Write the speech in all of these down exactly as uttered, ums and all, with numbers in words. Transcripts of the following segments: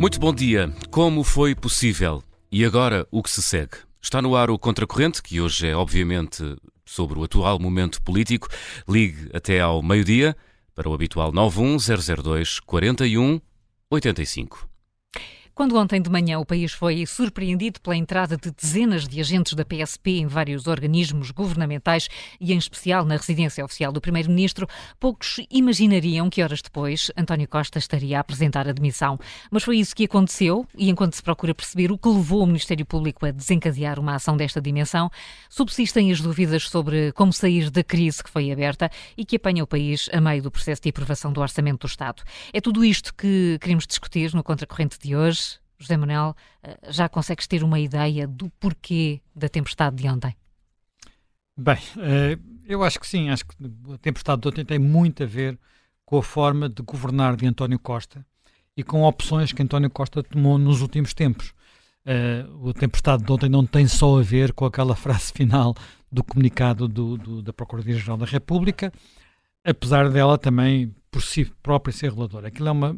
Muito bom dia. Como foi possível? E agora o que se segue? Está no ar o Contracorrente, que hoje é obviamente sobre o atual momento político. Ligue até ao meio-dia para o habitual nove um zero zero dois quatro um oito cinco. Quando ontem de manhã o país foi surpreendido pela entrada de dezenas de agentes da P S P em vários organismos governamentais e em especial na residência oficial do Primeiro-Ministro, poucos imaginariam que horas depois António Costa estaria a apresentar a demissão. Mas foi isso que aconteceu e enquanto se procura perceber o que levou o Ministério Público a desencadear uma ação desta dimensão, subsistem as dúvidas sobre como sair da crise que foi aberta e que apanha o país a meio do processo de aprovação do Orçamento do Estado. É tudo isto que queremos discutir no Contracorrente de hoje. José Manuel, já consegues ter uma ideia do porquê da tempestade de ontem? Bem, eu acho que sim, acho que a tempestade de ontem tem muito a ver com a forma de governar de António Costa e com opções que António Costa tomou nos últimos tempos. A tempestade de ontem não tem só a ver com aquela frase final do comunicado do, do, da Procuradoria-Geral da República, apesar dela também, por si própria, ser reveladora. Aquilo é uma...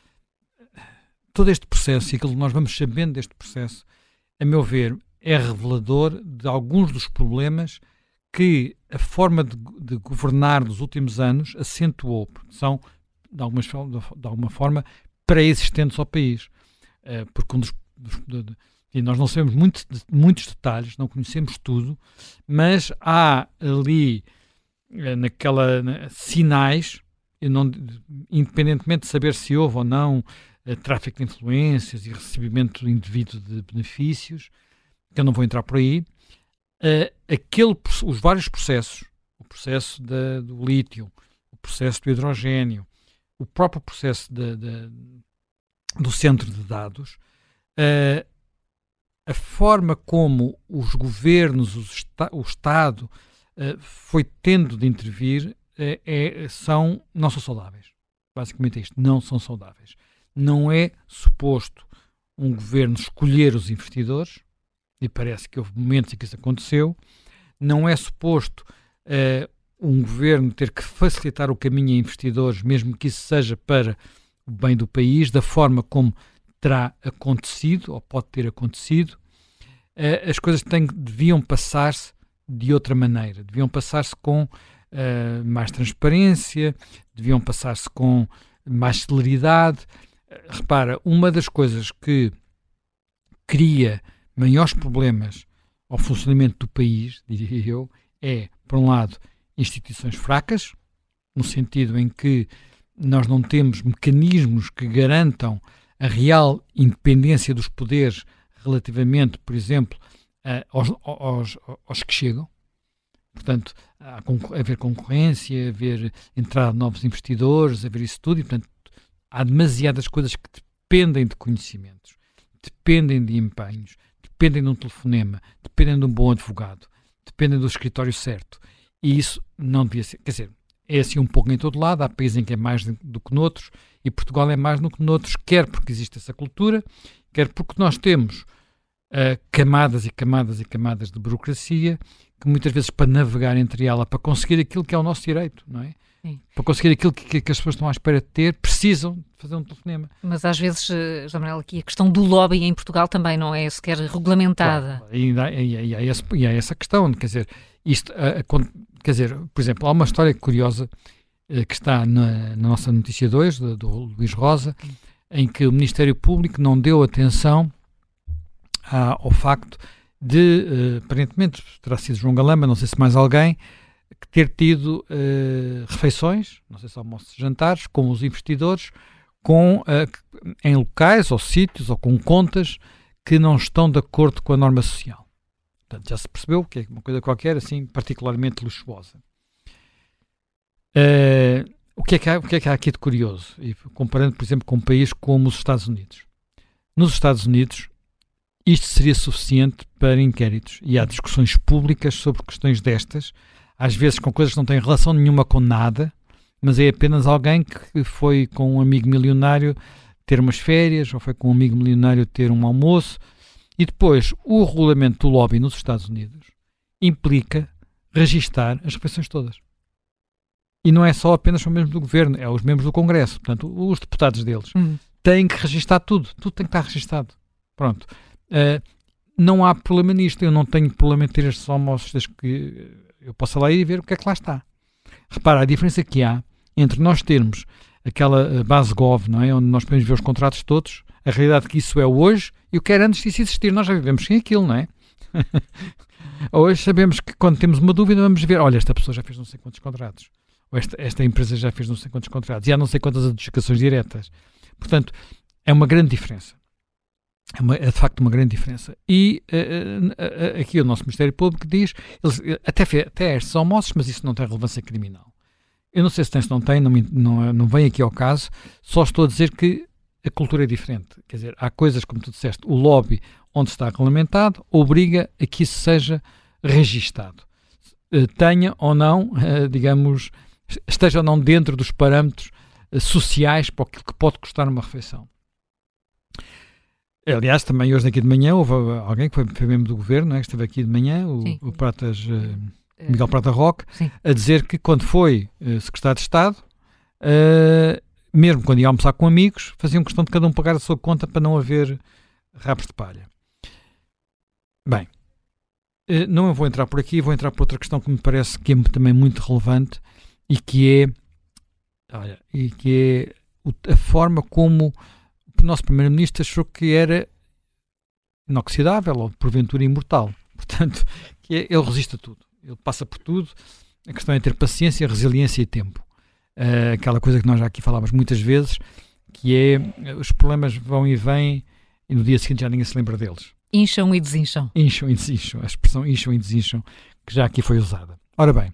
Todo este processo e aquilo que nós vamos sabendo deste processo, a meu ver, é revelador de alguns dos problemas que a forma de, de governar dos últimos anos acentuou, porque são, de alguma, de alguma forma, pré-existentes ao país. Uh, porque um dos, dos de, de, e nós não sabemos muito, de, muitos detalhes, não conhecemos tudo, mas há ali, uh, naquela, na, sinais, eu não, independentemente de saber se houve ou não tráfico de influências e recebimento indevido de benefícios, que eu não vou entrar por aí, uh, aquele, os vários processos, o processo da, do lítio, o processo do hidrogénio, o próprio processo de, de, do centro de dados, uh, a forma como os governos, os esta, o Estado uh, foi tendo de intervir, uh, é, são, não são saudáveis. Basicamente é isto, não são saudáveis. Não é suposto um governo escolher os investidores, e parece que houve momentos em que isso aconteceu. Não é suposto uh, um governo ter que facilitar o caminho a investidores, mesmo que isso seja para o bem do país, da forma como terá acontecido, ou pode ter acontecido. Uh, as coisas têm, deviam passar-se de outra maneira. Deviam passar-se com uh, mais transparência, deviam passar-se com mais celeridade. Repara, uma das coisas que cria maiores problemas ao funcionamento do país, diria eu, é, por um lado, instituições fracas, no sentido em que nós não temos mecanismos que garantam a real independência dos poderes relativamente, por exemplo, aos, aos, aos que chegam. Portanto, há haver concorrência, haver entrada de novos investidores, haver isso tudo, e, portanto, há demasiadas coisas que dependem de conhecimentos, dependem de empenhos, dependem de um telefonema, dependem de um bom advogado, dependem do escritório certo. E isso não devia ser. Quer dizer, é assim um pouco em todo lado, há países em que é mais do que noutros, e Portugal é mais do que noutros, quer porque existe essa cultura, quer porque nós temos uh, camadas e camadas e camadas de burocracia, que muitas vezes para navegar entre ela, para conseguir aquilo que é o nosso direito, não é? Sim. Para conseguir aquilo que, que as pessoas estão à espera de ter, precisam fazer um telefonema. Mas às vezes, José Manuel, aqui a questão do lobby em Portugal também não é sequer regulamentada. Claro, e, e, e, e, há esse, e há essa questão, quer dizer, isto, a, a, quer dizer, por exemplo, há uma história curiosa uh, que está na, na nossa notícia dois, do, do Luís Rosa, em que o Ministério Público não deu atenção a, ao facto de, uh, aparentemente, terá sido João Galamba, não sei se mais alguém, que ter tido uh, refeições, não sei se almoços e jantares, com os investidores, com, uh, em locais ou sítios ou com contas que não estão de acordo com a norma social. Portanto, já se percebeu que é uma coisa qualquer, assim, particularmente luxuosa. Uh, o, que é que há, o que é que há aqui de curioso? E comparando, por exemplo, com um país como os Estados Unidos. Nos Estados Unidos, isto seria suficiente para inquéritos. E há discussões públicas sobre questões destas, às vezes com coisas que não têm relação nenhuma com nada, mas é apenas alguém que foi com um amigo milionário ter umas férias, ou foi com um amigo milionário ter um almoço, e depois o regulamento do lobby nos Estados Unidos implica registar as refeições todas. E não é só apenas os membros do governo, é os membros do Congresso, portanto, os deputados deles. Hum. tem que registar tudo. Tudo tem que estar registado. Pronto. Uh, não há problema nisto. Eu não tenho problema em ter estes almoços desde que eu possa lá ir e ver o que é que lá está. Repara, a diferença que há entre nós termos aquela base Gov, não é? Onde nós podemos ver os contratos todos, a realidade que isso é hoje e o que era antes disso existir. Nós já vivemos sem aquilo, não é? Hoje sabemos que quando temos uma dúvida vamos ver, olha, esta pessoa já fez não sei quantos contratos. Ou esta, esta empresa já fez não sei quantos contratos. E há não sei quantas adjudicações diretas. Portanto, é uma grande diferença. É, uma, é de facto uma grande diferença. E uh, uh, aqui o nosso Ministério Público diz, eles, até, até estes almoços, mas isso não tem relevância criminal. Eu não sei se tem, se não tem, não, não, não vem aqui ao caso, só estou a dizer que a cultura é diferente. Quer dizer, há coisas, como tu disseste, o lobby, onde está regulamentado, obriga a que isso seja registado. Uh, tenha ou não, uh, digamos, esteja ou não dentro dos parâmetros uh, sociais para aquilo que pode custar uma refeição. Aliás, também hoje aqui de manhã houve alguém que foi, foi membro do governo, não é? Que esteve aqui de manhã, o, o Pratas, uh, Miguel Prata Roque, Sim. a dizer que quando foi uh, secretário de Estado, uh, mesmo quando ia almoçar com amigos, faziam questão de cada um pagar a sua conta para não haver rabos de palha. Bem, uh, não vou entrar por aqui, vou entrar por outra questão que me parece que é também muito relevante e que é, olha, e que é a forma como o nosso primeiro-ministro achou que era inoxidável ou porventura imortal. Portanto, que é, ele resiste a tudo. Ele passa por tudo. A questão é ter paciência, resiliência e tempo. Uh, aquela coisa que nós já aqui falávamos muitas vezes, que é os problemas vão e vêm e no dia seguinte já ninguém se lembra deles. Incham e desincham. Incham e desincham. A expressão incham e desincham que já aqui foi usada. Ora bem,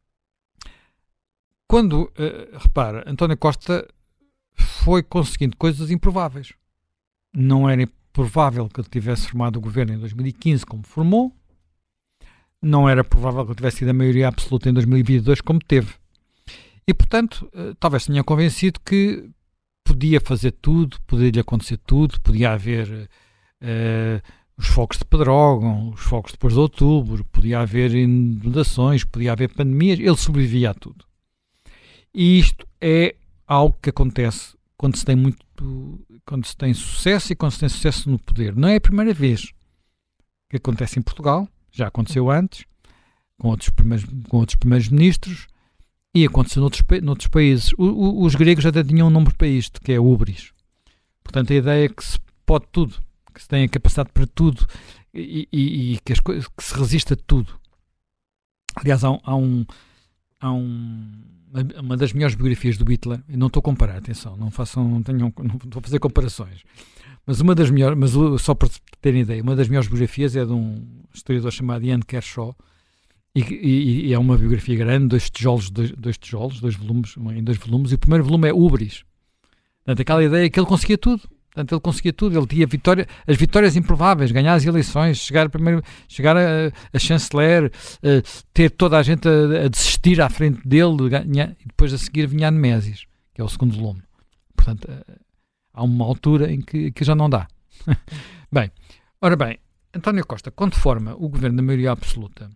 quando, uh, repara, António Costa foi conseguindo coisas improváveis. Não era provável que ele tivesse formado o governo em dois mil e quinze como formou, não era provável que ele tivesse tido a maioria absoluta em dois mil e vinte e dois como teve. E, portanto, talvez tenha convencido que podia fazer tudo, podia-lhe acontecer tudo, podia haver uh, os fogos de Pedrógão, os fogos depois de outubro, podia haver inundações, podia haver pandemias, ele sobrevivia a tudo. E isto é algo que acontece quando se tem muito, quando se tem sucesso e quando se tem sucesso no poder. Não é a primeira vez que acontece em Portugal, já aconteceu antes, com outros primeiros, com outros primeiros ministros, e aconteceu noutros, noutros países. O, o, os gregos até tinham um nome para isto, que é ubris. Portanto, a ideia é que se pode tudo, que se tem a capacidade para tudo e, e, e que, as coisas, que se resiste a tudo. Aliás, há um, há um, há um uma das melhores biografias do Hitler, e não estou a comparar, atenção, não façam, não tenham, não estou a fazer comparações, mas uma das melhores, mas só para terem ideia, uma das melhores biografias é de um historiador chamado Ian Kershaw, e, e, e é uma biografia grande, dois tijolos, dois, dois tijolos, dois volumes, em dois volumes, e o primeiro volume é Ubris. Portanto, aquela ideia é que ele conseguia tudo. Portanto, ele conseguia tudo, ele tinha vitória, as vitórias improváveis, ganhar as eleições, chegar, primeiro, chegar a, a chanceler, uh, ter toda a gente a, a desistir à frente dele, ganhar, e depois a seguir vinha a Nemésis, que é o segundo volume. Portanto, uh, há uma altura em que, que já não dá. Bem, ora bem, António Costa, quando forma o governo da maioria absoluta,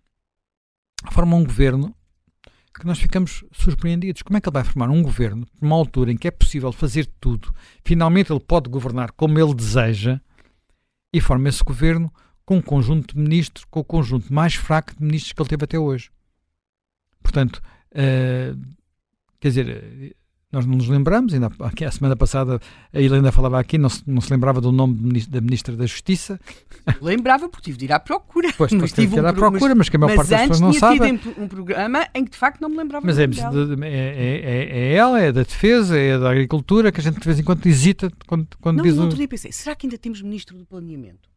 forma um governo que nós ficamos surpreendidos. Como é que ele vai formar um governo numa altura em que é possível fazer tudo? Finalmente ele pode governar como ele deseja e forma esse governo com um conjunto de ministros, com o conjunto mais fraco de ministros que ele teve até hoje. Portanto, uh, quer dizer, nós não nos lembramos, ainda aqui, a semana passada a Helena falava aqui, não se, não se lembrava do nome ministro, da Ministra da Justiça. Lembrava porque tive de ir à procura. Pois, mas tive de ir à procura, mas que a maior parte das pessoas não sabe. Mas antes tinha tido um programa em que de facto não me lembrava mas do é, nome dela. É, é, é ela, é da Defesa, é da Agricultura, que a gente de vez em quando hesita quando, quando não, diz... Não, no o... outro dia pensei, será que ainda temos Ministro do Planeamento?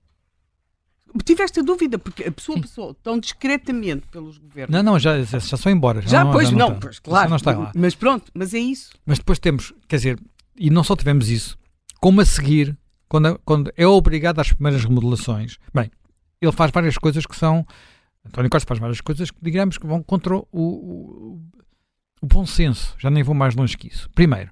Tive esta dúvida, porque a pessoa Sim. passou tão discretamente pelos governos. Não, não, já, já, já só embora. Já, já não, pois já não, não pois, claro. Não está lá. Mas pronto, mas é isso. Mas depois temos, quer dizer, e não só tivemos isso, como a seguir, quando, quando é obrigado às primeiras remodelações, bem, ele faz várias coisas que são, António Costa faz várias coisas que, digamos, que vão contra o, o, o bom senso. Já nem vou mais longe que isso. Primeiro,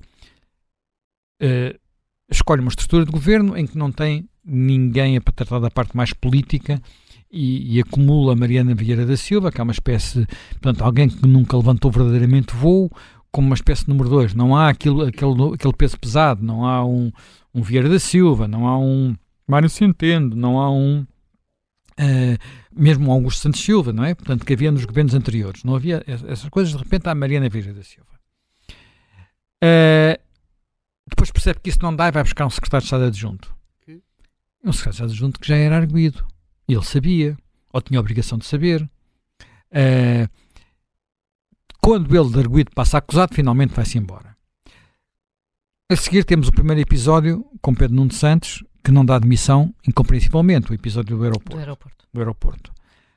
uh, escolhe uma estrutura de governo em que não tem ninguém para tratar da parte mais política e, e acumula Mariana Vieira da Silva, que é uma espécie, portanto, alguém que nunca levantou verdadeiramente voo, como uma espécie de número dois. Não há aquilo, aquele, aquele peso pesado, não há um, um Vieira da Silva, não há um Mário Centeno, não há um uh, mesmo um Augusto Santos Silva, não é? Portanto, que havia nos governos anteriores. Não havia essas coisas, de repente há a Mariana Vieira da Silva. Uh, depois percebe que isso não dá e vai buscar um secretário de Estado adjunto. Um secretário de Estado adjunto que já era arguido. Ele sabia, ou tinha a obrigação de saber. Uh, quando ele de arguido passa a acusado, finalmente vai-se embora. A seguir temos o primeiro episódio com Pedro Nuno Santos, que não dá admissão, incompreensivelmente, o episódio do aeroporto. Do aeroporto. Do aeroporto.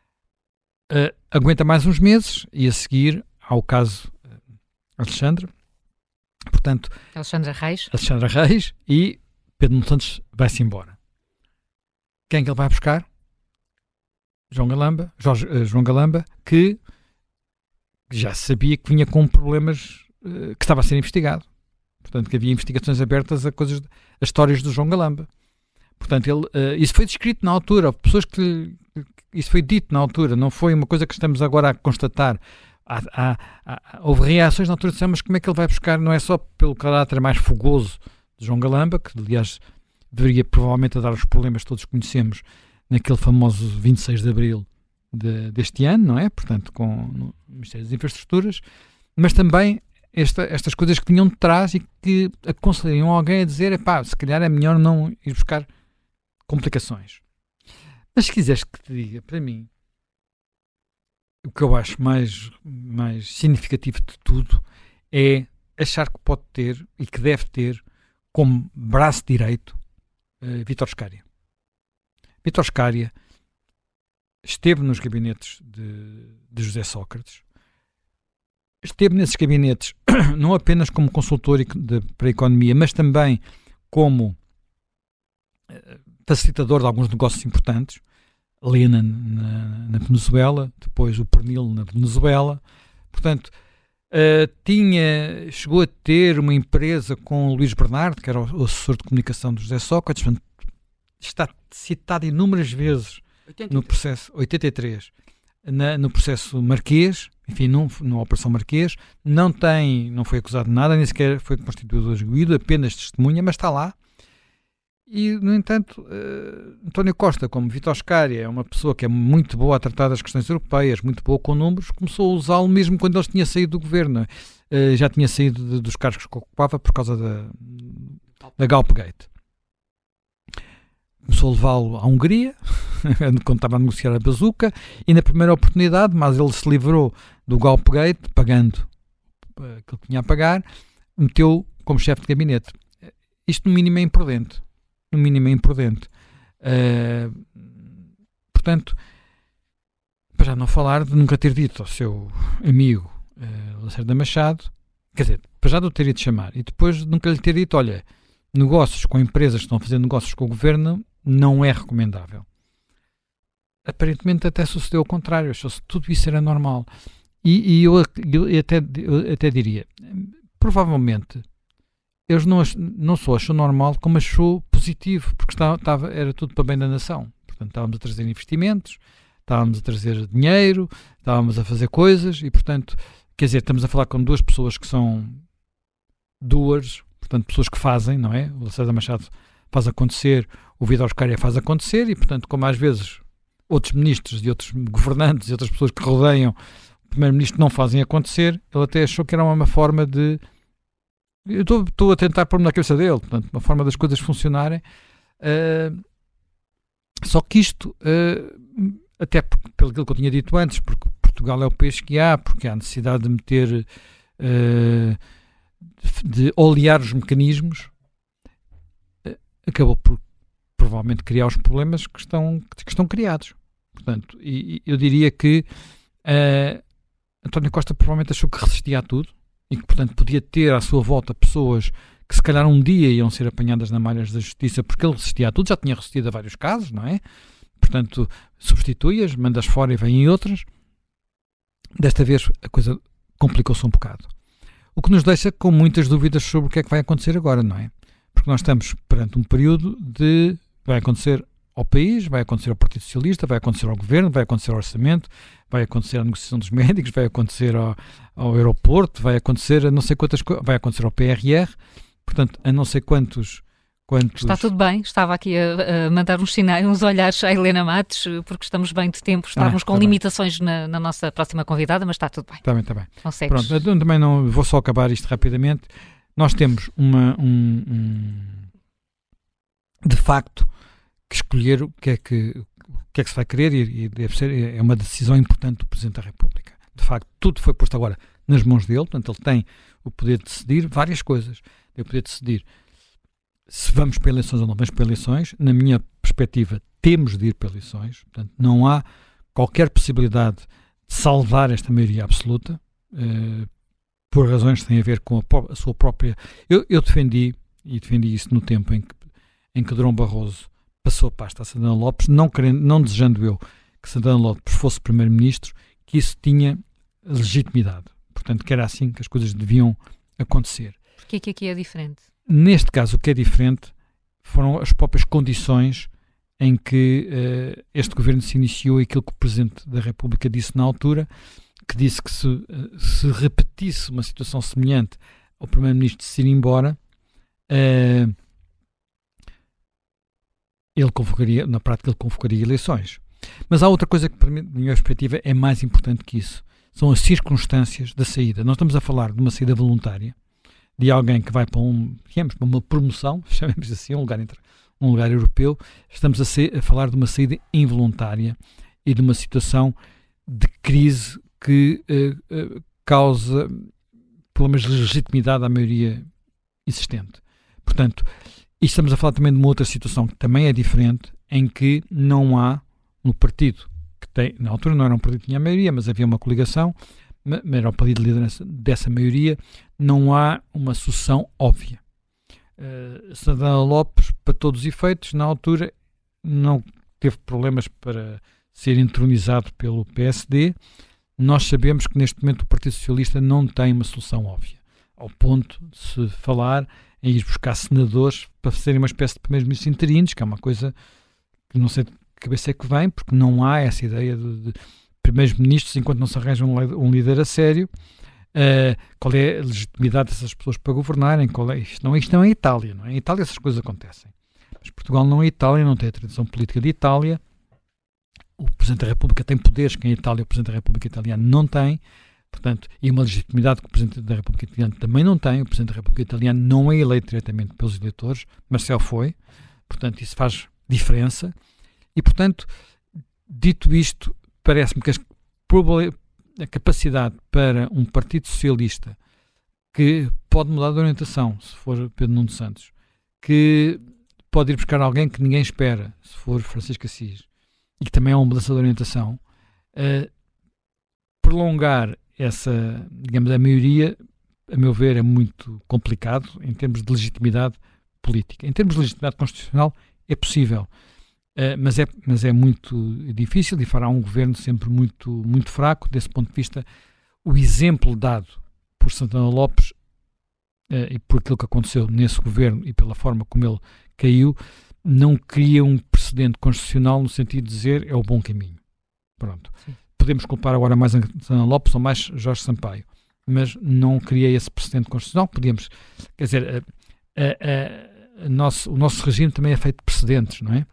Uh, aguenta mais uns meses e a seguir há o caso uh, Alexandre. Portanto, Alexandra Reis. Alexandra Reis e Pedro Nuno Santos vai-se embora. Quem é que ele vai buscar? João Galamba, Jorge, uh, João Galamba, que já sabia que vinha com problemas, uh, que estava a ser investigado. Portanto, que havia investigações abertas a coisas, a histórias do João Galamba. Portanto, ele, uh, isso foi descrito na altura, pessoas que, que isso foi dito na altura, não foi uma coisa que estamos agora a constatar. Há, há, há, houve reações na altura, mas como é que ele vai buscar? Não é só pelo caráter mais fogoso de João Galamba, que aliás deveria provavelmente dar os problemas que todos conhecemos naquele famoso vinte e seis de abril de, deste ano, não é? Portanto, com o Ministério das Infraestruturas, mas também esta, estas coisas que vinham de trás e que aconselhariam alguém a dizer, epá, se calhar é melhor não ir buscar complicações. Mas se quiseres que te diga, para mim, o que eu acho mais, mais significativo de tudo é achar que pode ter e que deve ter como braço direito uh, Vítor Scária. Vítor Scária esteve nos gabinetes de, de José Sócrates, esteve nesses gabinetes não apenas como consultor de, para a economia, mas também como uh, facilitador de alguns negócios importantes. Lena na, na Venezuela, depois o Pernil na Venezuela. Portanto, uh, tinha, chegou a ter uma empresa com o Luís Bernardo, que era o, o assessor de comunicação de José Sócrates. Portanto, está citado inúmeras vezes oitenta e três. No processo oitenta e três, na, no processo Marquês, enfim, num, na Operação Marquês. Não tem, não foi acusado de nada, nem sequer foi constituído arguido, apenas testemunha, mas está lá. E, no entanto, uh, António Costa, como Vítor Scária, é uma pessoa que é muito boa a tratar das questões europeias, muito boa com números, começou a usá-lo mesmo quando ele tinha saído do governo. Uh, já tinha saído de, dos cargos que ocupava por causa da, da Galpgate. Começou a levá-lo à Hungria, quando estava a negociar a bazuca, e na primeira oportunidade, mas ele se livrou do Galpgate, pagando uh, aquilo que tinha a pagar, meteu como chefe de gabinete. Isto, no mínimo, é imprudente. No mínimo é imprudente. Uh, portanto, para já não falar de nunca ter dito ao seu amigo uh, Lacerda Machado, quer dizer, para já de o ter ido chamar, e depois de nunca lhe ter dito, olha, negócios com empresas que estão a fazer negócios com o governo não é recomendável. Aparentemente até sucedeu o contrário, achou-se que tudo isso era normal. E, e eu, eu, até, eu até diria, provavelmente, eles não, não só achou normal, como achou positivo, porque estava, estava, era tudo para bem da nação. Portanto, estávamos a trazer investimentos, estávamos a trazer dinheiro, estávamos a fazer coisas e, portanto, quer dizer, estamos a falar com duas pessoas que são duas, portanto, pessoas que fazem, não é? O Lacerda Machado faz acontecer, o Vítor Scária faz acontecer e, portanto, como às vezes outros ministros e outros governantes e outras pessoas que rodeiam o primeiro-ministro não fazem acontecer, ele até achou que era uma forma de... Eu estou a tentar pôr-me na cabeça dele, portanto, uma forma das coisas funcionarem. Uh, só que isto, uh, até por, pelo que eu tinha dito antes, porque Portugal é o país que há, porque há necessidade de meter, uh, de olear os mecanismos, uh, acabou por provavelmente criar os problemas que estão, que estão criados. Portanto, e, e eu diria que uh, António Costa provavelmente achou que resistia a tudo, e que, portanto, podia ter à sua volta pessoas que se calhar um dia iam ser apanhadas na malhas da justiça porque ele resistia a tudo, já tinha resistido a vários casos, não é? Portanto, substitui-as, mandas fora e vêm outras. Desta vez a coisa complicou-se um bocado. O que nos deixa com muitas dúvidas sobre o que é que vai acontecer agora, não é? Porque nós estamos perante um período de... vai acontecer ao país, vai acontecer ao Partido Socialista, vai acontecer ao Governo, vai acontecer ao Orçamento, vai acontecer à negociação dos médicos, vai acontecer ao, ao aeroporto, vai acontecer a não sei quantas coisas, vai acontecer ao P R R, portanto, a não sei quantos, quantos... Está tudo bem, estava aqui a, a mandar uns sinais, uns olhares à Helena Matos, porque estamos bem de tempo, estávamos ah, com tá limitações na, na nossa próxima convidada, mas está tudo bem. Está bem, está bem. Consegues. Pronto, eu também não vou só acabar isto rapidamente. Nós temos uma, um, um, de facto, que escolher o que é que, o que é que se vai querer e, e deve ser, é uma decisão importante do Presidente da República. De facto, tudo foi posto agora nas mãos dele, portanto ele tem o poder de decidir várias coisas. Tem o poder de decidir se vamos para eleições ou não vamos para eleições. Na minha perspectiva, temos de ir para eleições, portanto não há qualquer possibilidade de salvar esta maioria absoluta, eh, por razões que têm a ver com a, a sua própria... Eu, eu defendi, e defendi isso no tempo em que, em que Durão Barroso passou a pasta a Santana Lopes, não, querendo, não desejando eu que Santana Lopes fosse primeiro-ministro, que isso tinha legitimidade. Portanto, que era assim que as coisas deviam acontecer. Porquê que aqui é diferente? Neste caso, o que é diferente foram as próprias condições em que uh, este governo se iniciou e aquilo que o Presidente da República disse na altura, que disse que se, uh, se repetisse uma situação semelhante ao Primeiro-Ministro se ir embora, uh, ele convocaria, na prática ele convocaria eleições. Mas há outra coisa que, para mim, da minha perspectiva, é mais importante que isso. São as circunstâncias da saída. Nós estamos a falar de uma saída voluntária, de alguém que vai para, um, digamos, para uma promoção, chamemos assim, um lugar, um lugar europeu. Estamos a, ser, a falar de uma saída involuntária e de uma situação de crise que uh, uh, causa problemas de legitimidade à maioria existente. Portanto, e estamos a falar também de uma outra situação que também é diferente, em que não há no partido, que tem, na altura não era um partido que tinha a maioria, mas havia uma coligação, era o partido de liderança dessa maioria, não há uma sucessão óbvia. Uh, Santana Lopes, para todos os efeitos, na altura não teve problemas para ser entronizado pelo P S D. Nós sabemos que neste momento o Partido Socialista não tem uma solução óbvia, ao ponto de se falar em ir buscar senadores para serem uma espécie de primeiros-ministros interinos, que é uma coisa que não sei de que cabeça é que vem, porque não há essa ideia de, de primeiros-ministros enquanto não se arranja um, um líder a sério. Uh, qual é a legitimidade dessas pessoas para governarem? Qual é, isto, não, isto não é Itália, não é? Em Itália essas coisas acontecem. Mas Portugal não é Itália, não tem a tradição política de Itália. O Presidente da República tem poderes que em Itália o Presidente da República Italiana não tem, portanto, e uma legitimidade que o Presidente da República Italiana também não tem. O Presidente da República Italiana não é eleito diretamente pelos eleitores, Marcel foi, portanto isso faz diferença. E, portanto, dito isto, parece-me que as, a capacidade para um Partido Socialista que pode mudar de orientação, se for Pedro Nuno Santos, que pode ir buscar alguém que ninguém espera, se for Francisco Assis, e que também é uma mudança de orientação, uh, prolongar essa, digamos, a maioria, a meu ver, é muito complicado em termos de legitimidade política. Em termos de legitimidade constitucional, é possível. Uh, mas, é, mas é muito difícil e fará um governo sempre muito, muito fraco. Desse ponto de vista, o exemplo dado por Santana Lopes uh, e por aquilo que aconteceu nesse governo e pela forma como ele caiu, não cria um precedente constitucional no sentido de dizer é o bom caminho. Pronto. Sim. Podemos culpar agora mais Santana Lopes ou mais Jorge Sampaio, mas não cria esse precedente constitucional. Podíamos, quer dizer, a, a, a, a nosso, o nosso regime também é feito de precedentes, não é?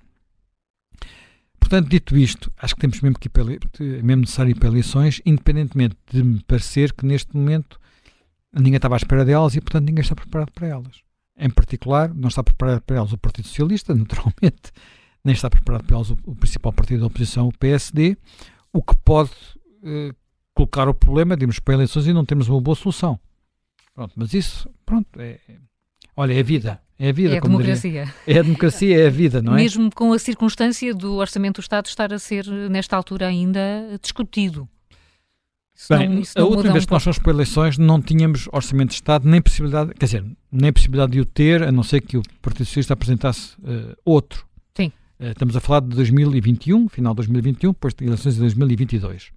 Portanto, dito isto, acho que temos mesmo, que ir para, é mesmo necessário ir para eleições, independentemente de me parecer que neste momento ninguém estava à espera delas e, portanto, ninguém está preparado para elas. Em particular, não está preparado para elas o Partido Socialista, naturalmente, nem está preparado para elas o, o principal partido da oposição, o P S D, o que pode eh, colocar o problema de irmos para eleições e não termos uma boa solução. Pronto, mas isso, pronto, é, olha, é a vida. É a vida, é a democracia. Diria. É a democracia, é a vida, não é? Mesmo com a circunstância do Orçamento do Estado estar a ser, nesta altura, ainda discutido. Isso Bem, não, isso a última vez um que nós fomos para eleições não tínhamos Orçamento de Estado, nem possibilidade, quer dizer, nem possibilidade de o ter, a não ser que o Partido Socialista apresentasse uh, outro. Sim. Uh, estamos a falar de dois mil e vinte e um, final de dois mil e vinte e um, depois de eleições de dois mil e vinte e dois.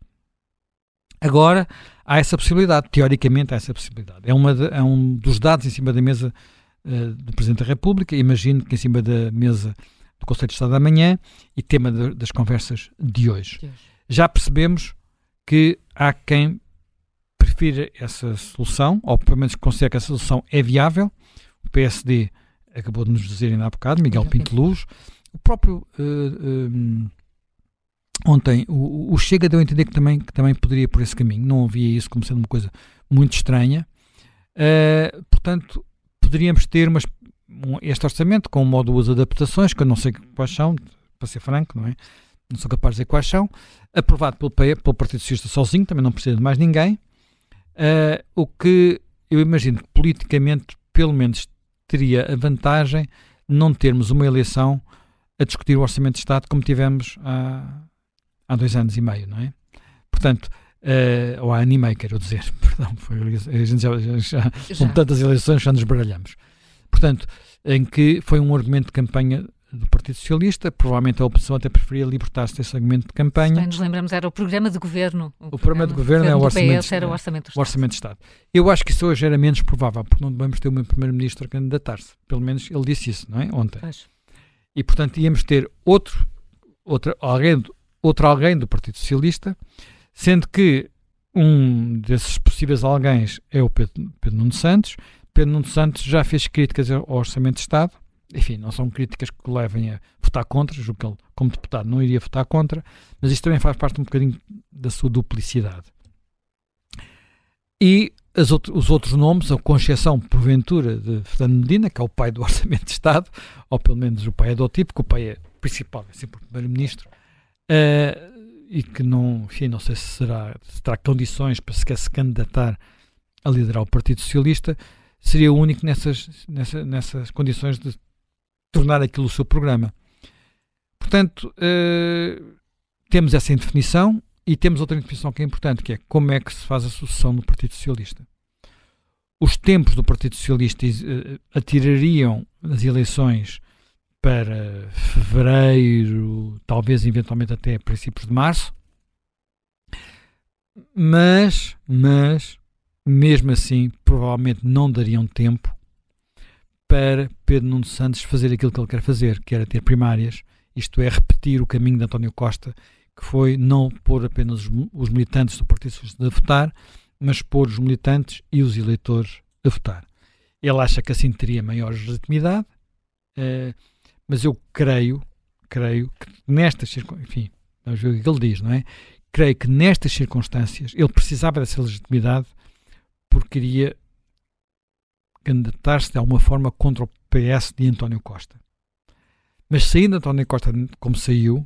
Agora, há essa possibilidade, teoricamente há essa possibilidade. É, uma de, é um dos dados em cima da mesa Uh, do Presidente da República, imagino que em cima da mesa do Conselho de Estado da manhã e tema de, das conversas de hoje. Deus. Já percebemos que há quem prefira essa solução, ou pelo menos considera que essa solução é viável. O P S D acabou de nos dizer ainda há bocado, Miguel Pinto Luz. O próprio uh, um, ontem o, o Chega deu a entender que também, que também poderia ir por esse caminho. Não havia isso como sendo uma coisa muito estranha. Uh, portanto, poderíamos ter umas, um, este orçamento com uma ou duas adaptações, que eu não sei quais são, para ser franco, não é? Não sou capaz de dizer quais são, aprovado pelo, pelo Partido Socialista sozinho, também não precisa de mais ninguém, uh, o que eu imagino que politicamente, pelo menos, teria a vantagem de não termos uma eleição a discutir o Orçamento de Estado como tivemos há, há dois anos e meio, não é? Portanto, uh, ou há ano e meio, quero dizer, perdão, foi, a gente já, já, já, já. com tantas eleições já nos baralhamos. Portanto, em que foi um argumento de campanha do Partido Socialista, provavelmente a oposição até preferia libertar-se desse argumento de campanha. Bem, nos lembramos, era o programa de governo. O, o programa, programa de governo, governo é o orçamento, P S, era o orçamento, o orçamento de Estado. Eu acho que isso hoje era menos provável, porque não vamos ter um primeiro-ministro a candidatar-se. Pelo menos ele disse isso, não é? Ontem. Pois. E, portanto, íamos ter outro, outro, alguém, outro alguém do Partido Socialista, sendo que um desses possíveis alguém é o Pedro, Pedro Nuno Santos. Pedro Nuno Santos já fez críticas ao Orçamento de Estado. Enfim, não são críticas que o levem a votar contra, julgo que ele, como deputado, não iria votar contra, mas isto também faz parte um bocadinho da sua duplicidade. E as outro, os outros nomes, com exceção, porventura, de Fernando Medina, que é o pai do Orçamento de Estado, ou pelo menos o pai adotivo, porque o pai é principal, é sempre o primeiro-ministro, uh, e que não, enfim, não sei se, será, se terá condições para sequer se candidatar a liderar o Partido Socialista, seria o único nessas, nessa, nessas condições de tornar aquilo o seu programa. Portanto, uh, temos essa indefinição e temos outra indefinição que é importante, que é como é que se faz a sucessão no Partido Socialista. Os tempos do Partido Socialista uh, atirariam as eleições para fevereiro, talvez eventualmente até princípios de março, mas, mas, mesmo assim, provavelmente não dariam tempo para Pedro Nuno Santos fazer aquilo que ele quer fazer, que era ter primárias, isto é, repetir o caminho de António Costa, que foi não pôr apenas os, os militantes do Partido Socialista a votar, mas pôr os militantes e os eleitores a votar. Ele acha que assim teria maior legitimidade, uh, mas eu creio, creio que nestas circunstâncias, enfim, vamos ver o que ele diz, não é? Creio que nestas circunstâncias ele precisava dessa legitimidade porque queria candidatar-se de alguma forma contra o P S de António Costa. Mas saindo António Costa como saiu,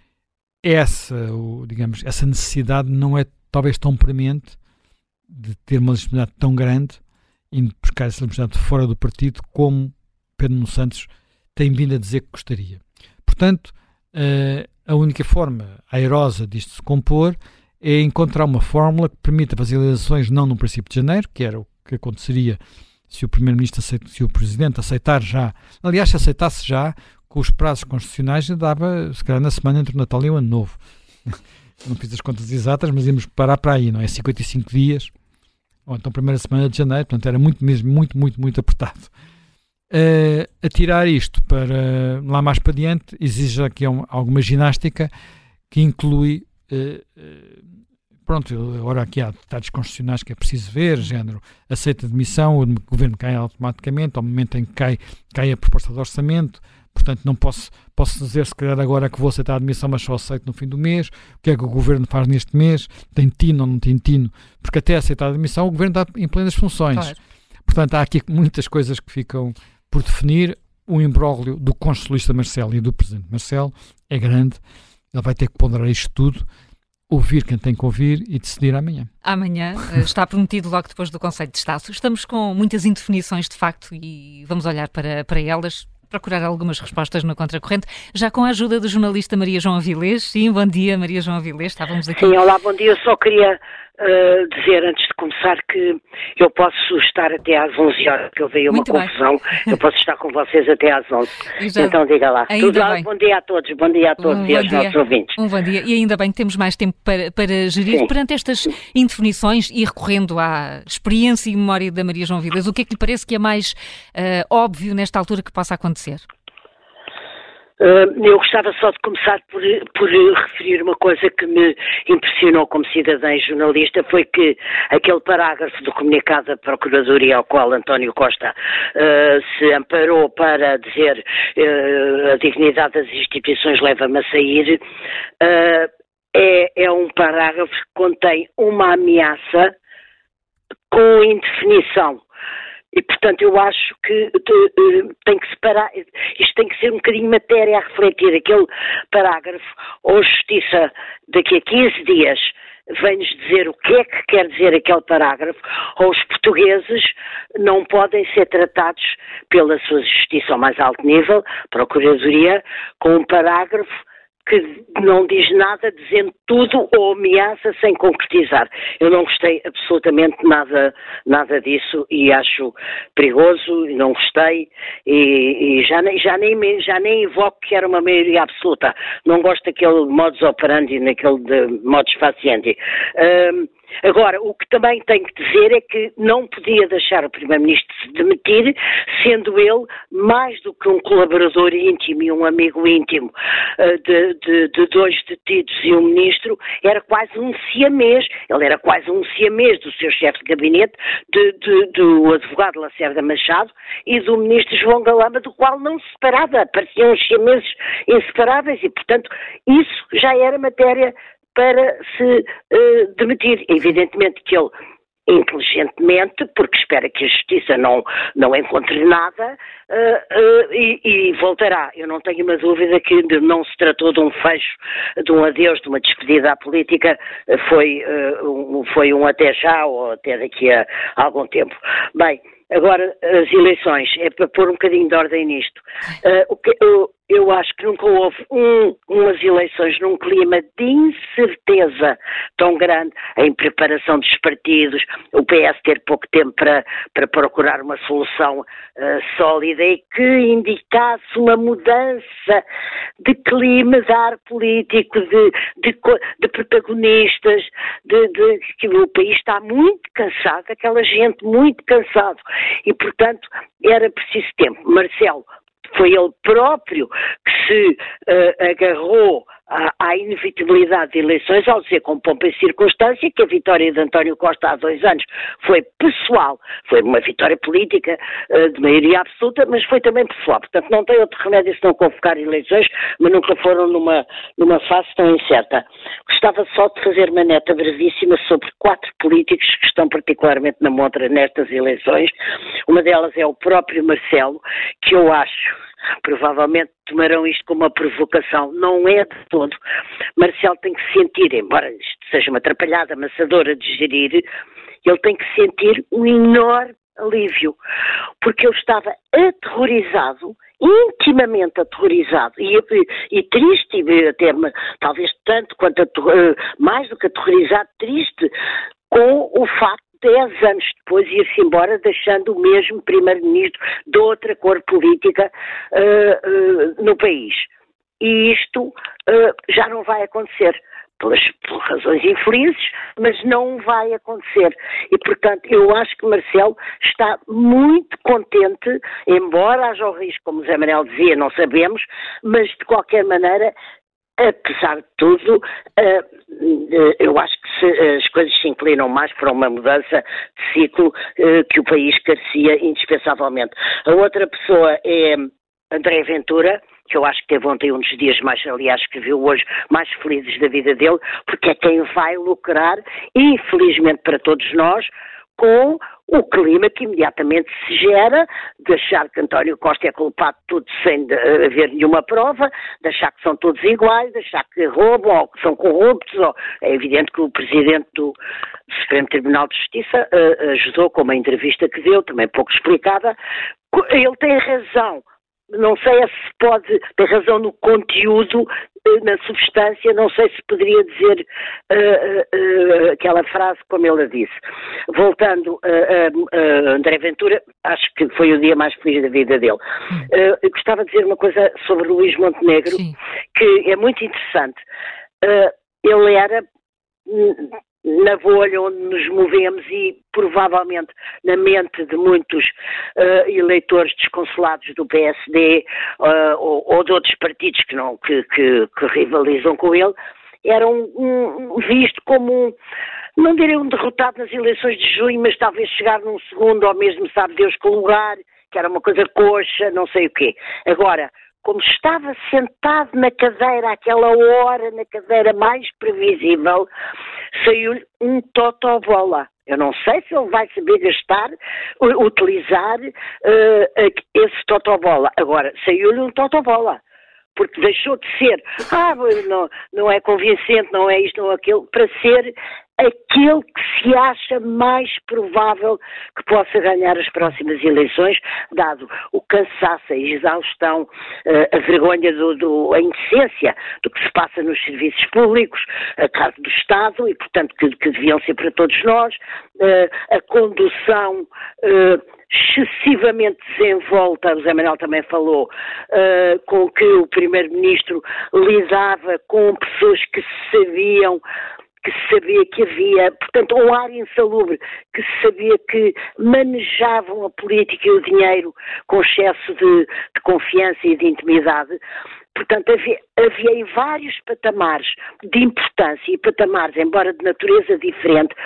essa, digamos, essa necessidade não é talvez tão premente de ter uma legitimidade tão grande e de buscar essa legitimidade fora do partido como Pedro Nuno Santos tem vindo a dizer que gostaria. Portanto, a única forma airosa disto se compor é encontrar uma fórmula que permita fazer eleições não no princípio de janeiro, que era o que aconteceria se o Primeiro-Ministro, aceita, se o Presidente aceitar já, aliás, se aceitasse já, com os prazos constitucionais, já dava, se calhar, na semana entre o Natal e o Ano Novo. Não fiz as contas exatas, mas íamos parar para aí, não é? cinquenta e cinco dias, ou então primeira semana de janeiro, portanto era muito mesmo, muito, muito, muito apertado. Uh, a tirar isto para lá mais para diante, exige aqui um, alguma ginástica que inclui... Uh, uh, Pronto, agora aqui há detalhes constitucionais que é preciso ver, género, aceita a demissão, o governo cai automaticamente, ao momento em que cai, cai a proposta de orçamento, portanto não posso, posso dizer se calhar agora que vou aceitar a demissão, mas só aceito no fim do mês, o que é que o governo faz neste mês, tem tino ou não tem tino, porque até aceitar a demissão o governo está em plenas funções. Claro. Portanto, há aqui muitas coisas que ficam por definir. O imbróglio do conselheiro Marcelo e do presidente Marcelo é grande, ele vai ter que ponderar isto tudo, ouvir quem tem que ouvir e decidir amanhã. Amanhã está prometido logo depois do Conselho de Estado. Estamos com muitas indefinições de facto e vamos olhar para, para elas, procurar algumas respostas no Contracorrente, já com a ajuda do jornalista Maria João Avilés. Sim, bom dia Maria João Avilés, estávamos aqui. Sim, olá, bom dia. Eu só queria uh, dizer antes de começar que eu posso estar até às onze horas, que eu veio uma confusão, eu posso estar com vocês até às onze. Já, então diga lá. Tudo lá, bom dia a todos, bom dia a todos um e aos dia, nossos ouvintes. Um bom dia, e ainda bem que temos mais tempo para, para gerir. Sim. Perante estas indefinições e recorrendo à experiência e memória da Maria João Avilés, o que é que lhe parece que é mais uh, óbvio nesta altura que possa acontecer? Uh, eu gostava só de começar por, por referir uma coisa que me impressionou como cidadã e jornalista, foi que aquele parágrafo do comunicado da Procuradoria ao qual António Costa uh, se amparou para dizer uh, a dignidade das instituições leva-me a sair, uh, é, é um parágrafo que contém uma ameaça com indefinição. E, portanto, eu acho que de, uh, tem que separar, isto tem que ser um bocadinho matéria a refletir. Aquele parágrafo, ou Justiça daqui a quinze dias vem-nos dizer o que é que quer dizer aquele parágrafo, ou os portugueses não podem ser tratados pela sua Justiça ao mais alto nível, Procuradoria, com um parágrafo que não diz nada, dizendo tudo ou ameaça sem concretizar. Eu não gostei absolutamente nada, nada disso e acho perigoso, não gostei e, e já, nem, já, nem, já nem invoco que era uma maioria absoluta. Não gosto daquele modus operandi, naquele de modus facienti. Um, Agora, o que também tenho que dizer é que não podia deixar o Primeiro-Ministro se demitir, sendo ele mais do que um colaborador íntimo e um amigo íntimo uh, de, de, de dois detidos e um ministro, era quase um siamês, ele era quase um siamês do seu chefe de gabinete, de, de, do advogado Lacerda Machado e do ministro João Galamba, do qual não se separava, pareciam os siameses inseparáveis e, portanto, isso já era matéria para se uh, demitir. Evidentemente que ele, inteligentemente, porque espera que a Justiça não, não encontre nada, uh, uh, e, e voltará. Eu não tenho uma dúvida que não se tratou de um fecho, de um adeus, de uma despedida à política, foi, uh, um, foi um até já ou até daqui a algum tempo. Bem, agora as eleições, é para pôr um bocadinho de ordem nisto. Uh, o que, uh, eu acho que nunca houve um, umas eleições num clima de incerteza tão grande em preparação dos partidos, o P S ter pouco tempo para, para procurar uma solução uh, sólida e que indicasse uma mudança de clima, de ar político, de, de, de protagonistas, de, de, que o país está muito cansado, aquela gente muito cansado e, portanto, era preciso tempo. Marcelo, foi ele próprio que se uh, agarrou à, à inevitabilidade de eleições ao dizer com pompa e circunstância que a vitória de António Costa há dois anos foi pessoal, foi uma vitória política uh, de maioria absoluta, mas foi também pessoal. Portanto, não tem outro remédio senão convocar eleições, mas nunca foram numa, numa fase tão incerta. Gostava só de fazer uma neta brevíssima sobre quatro políticos que estão particularmente na montra nestas eleições. Uma delas é o próprio Marcelo, que eu acho provavelmente tomarão isto como uma provocação, não é de todo. Marcelo tem que se sentir, embora isto seja uma atrapalhada amassadora de gerir, ele tem que sentir um enorme alívio, porque ele estava aterrorizado, intimamente aterrorizado e, e, e triste, e até talvez tanto quanto, mais do que aterrorizado, triste com o facto dez anos depois ir-se embora, deixando o mesmo primeiro-ministro de outra cor política uh, uh, no país. E isto uh, já não vai acontecer, pelas, por razões infelizes, mas não vai acontecer. E, portanto, eu acho que Marcelo está muito contente, embora haja o risco, como o Zé Manuel dizia, não sabemos, mas de qualquer maneira, apesar de tudo, eu acho que se as coisas se inclinam mais para uma mudança de ciclo que o país carecia indispensavelmente. A outra pessoa é André Ventura, que eu acho que teve ontem um dos dias mais, aliás, que viu hoje, mais felizes da vida dele, porque é quem vai lucrar, infelizmente para todos nós, com o clima que imediatamente se gera de achar que António Costa é culpado de tudo sem de haver nenhuma prova, de achar que são todos iguais, de achar que roubam ou que são corruptos. Ou... É evidente que o Presidente do Supremo Tribunal de Justiça uh, ajudou com uma entrevista que deu, também pouco explicada. Ele tem razão. Não sei se pode ter razão no conteúdo, na substância, não sei se poderia dizer uh, uh, aquela frase como ele a disse. Voltando a uh, uh, uh, André Ventura, acho que foi o dia mais feliz da vida dele. Uh, eu gostava de dizer uma coisa sobre Luís Montenegro, Sim. que é muito interessante. Uh, ele era na bolha onde nos movemos e provavelmente na mente de muitos uh, eleitores desconsolados do P S D uh, ou, ou de outros partidos que, não, que, que, que rivalizam com ele, era um, um, visto como um, não direi um derrotado nas eleições de junho, mas talvez chegar num segundo ou mesmo sabe Deus que lugar, que era uma coisa coxa, não sei o quê. Agora, como estava sentado na cadeira àquela hora, na cadeira mais previsível, saiu-lhe um totobola. Eu não sei se ele vai saber gastar, utilizar uh, esse totobola. Agora, saiu-lhe um totobola. Porque deixou de ser, ah, não, não é convincente, não é isto, não é aquilo, para ser aquele que se acha mais provável que possa ganhar as próximas eleições, dado o cansaço, a exaustão, a vergonha, do, do, a indecência do que se passa nos serviços públicos, a cargo do Estado, e portanto que, que deviam ser para todos nós, a condução excessivamente desenvolta, o José Manuel também falou, uh, com que o Primeiro-Ministro lidava com pessoas que sabiam, que se sabia que havia, portanto, um ar insalubre, que se sabia que manejavam a política e o dinheiro com excesso de, de confiança e de intimidade. Portanto, havia, havia em vários patamares de importância e patamares, embora de natureza diferente,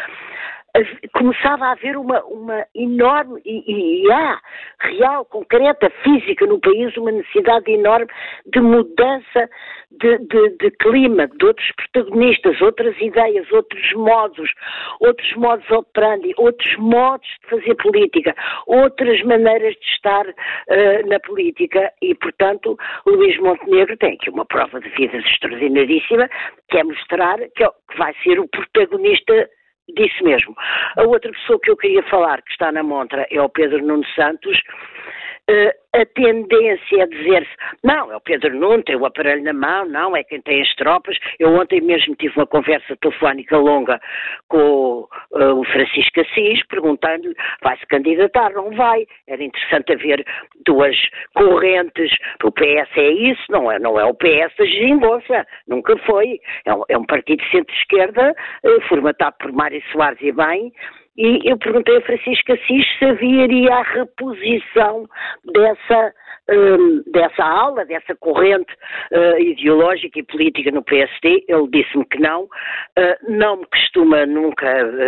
começava a haver uma, uma enorme, e, e há real, concreta, física no país, uma necessidade enorme de mudança de, de, de clima, de outros protagonistas, outras ideias, outros modos, outros modos operandi, outros modos de fazer política, outras maneiras de estar uh, na política e, portanto, Luís Montenegro tem aqui uma prova de vida extraordinaríssima, que é mostrar que, que vai ser o protagonista disso mesmo. A outra pessoa que eu queria falar, que está na montra, é o Pedro Nuno Santos. Uh, a tendência a dizer-se, não, é o Pedro Nuno, tem o aparelho na mão, não, é quem tem as tropas. Eu ontem mesmo tive uma conversa telefónica longa com uh, o Francisco Assis, perguntando-lhe, vai-se candidatar, não vai? Era interessante haver duas correntes, o P S é isso, não é, não é o P S da geringonça, nunca foi. É um, é um partido de centro-esquerda, uh, formatado por Mário Soares e bem. E eu perguntei a Francisco Assis se haveria a reposição dessa, um, dessa ala, dessa corrente uh, ideológica e política no P S D. Ele disse-me que não. Uh, não me costuma nunca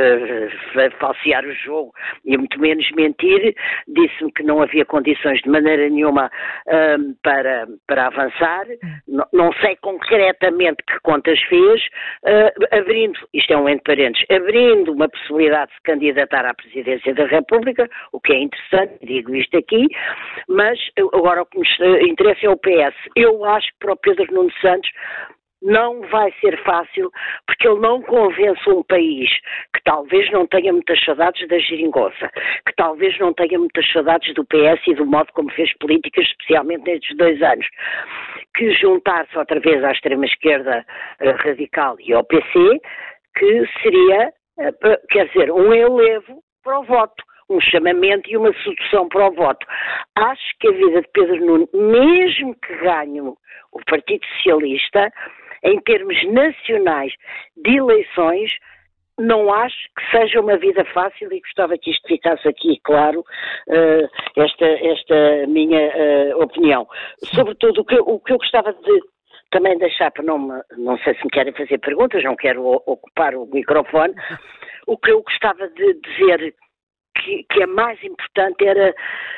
uh, falsear o jogo e muito menos mentir. Disse-me que não havia condições de maneira nenhuma um, para, para avançar. Não, não sei concretamente que contas fez, uh, abrindo, isto é um entre parênteses, abrindo uma possibilidade de se candidatar à presidência da República, o que é interessante, digo isto aqui, mas agora o que nos interessa é o P S. Eu acho que para o Pedro Nuno Santos não vai ser fácil, porque ele não convence um país que talvez não tenha muitas saudades da geringonça, que talvez não tenha muitas saudades do P S e do modo como fez políticas, especialmente nestes dois anos, que juntar-se outra vez à extrema-esquerda uh, radical e ao P C, que seria, uh, quer dizer, um elevo para o voto, um chamamento e uma sedução para o voto. Acho que a vida de Pedro Nuno, mesmo que ganhe o Partido Socialista, em termos nacionais de eleições, não acho que seja uma vida fácil e gostava que isto ficasse aqui, claro, uh, esta, esta minha uh, opinião. Sobretudo, o que, o que eu gostava de também deixar, para não, me, não sei se me querem fazer perguntas, não quero ocupar o microfone, o que eu gostava de dizer que, que é mais importante era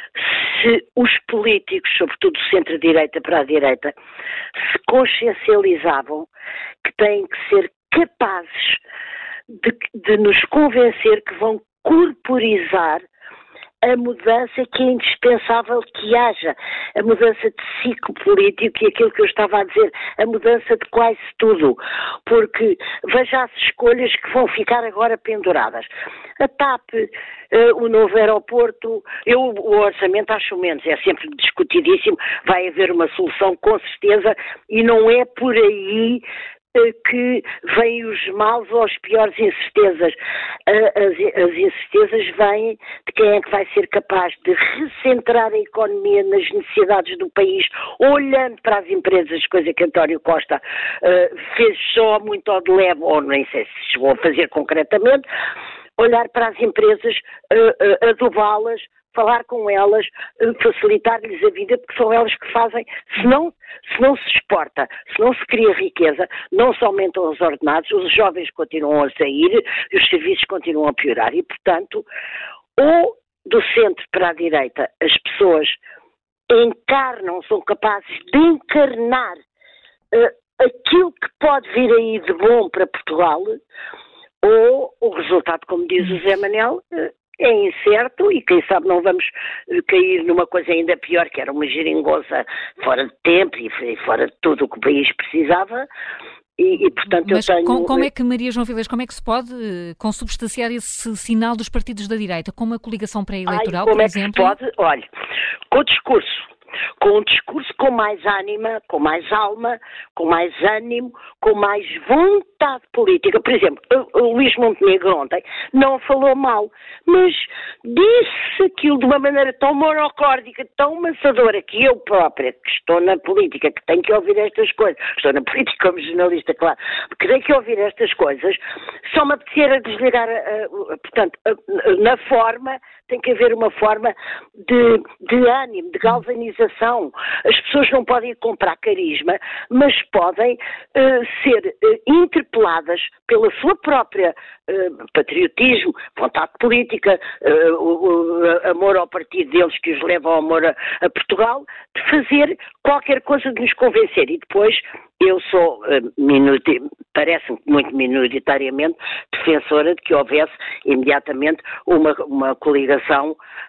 se os políticos, sobretudo do centro-direita para a direita, se consciencializavam que têm que ser capazes de, de nos convencer que vão corporizar a mudança que é indispensável que haja, a mudança de ciclo político e aquilo que eu estava a dizer, a mudança de quase tudo, porque veja as escolhas que vão ficar agora penduradas. A TAP, uh, o novo aeroporto, eu o orçamento acho menos, é sempre discutidíssimo, vai haver uma solução com certeza e não é por aí que vêm os males ou as piores incertezas. As, as incertezas vêm de quem é que vai ser capaz de recentrar a economia nas necessidades do país, olhando para as empresas, coisa que António Costa uh, fez só muito ao de leve, ou nem sei se chegou a fazer concretamente, olhar para as empresas, uh, uh, adubá-las, falar com elas, facilitar-lhes a vida, porque são elas que fazem, se não, se não se exporta, se não se cria riqueza, não se aumentam os ordenados, os jovens continuam a sair e os serviços continuam a piorar. E, portanto, ou do centro para a direita, as pessoas encarnam, são capazes de encarnar uh, aquilo que pode vir aí de bom para Portugal, ou o resultado, como diz o Zé Manel, uh, é incerto e quem sabe não vamos cair numa coisa ainda pior, que era uma geringonça fora de tempo e fora de tudo o que o país precisava. E, e portanto Mas eu tenho... com, como é que, Maria João Vilés, como é que se pode consubstanciar esse sinal dos partidos da direita? Com uma coligação pré-eleitoral, por Ai, como exemplo? É que se pode? Olha, com o discurso. Com um discurso com mais ânima, com mais alma, com mais ânimo, com mais vontade política. Por exemplo, o Luís Montenegro ontem não falou mal, mas disse aquilo de uma maneira tão monocórdica, tão maçadora, que eu própria, que estou na política, que tenho que ouvir estas coisas, estou na política como jornalista, claro, que tenho que ouvir estas coisas, só me apetecer a desligar, a, a, a, portanto, a, na forma, tem que haver uma forma de, de ânimo, de galvanização. As pessoas não podem comprar carisma, mas podem uh, ser uh, interpeladas pela sua própria uh, patriotismo, vontade política, uh, o, o amor ao partido deles que os leva ao amor a, a Portugal, de fazer qualquer coisa de nos convencer. E depois eu sou, uh, minuti- parece-me muito minoritariamente, defensora de que houvesse imediatamente uma, uma coligação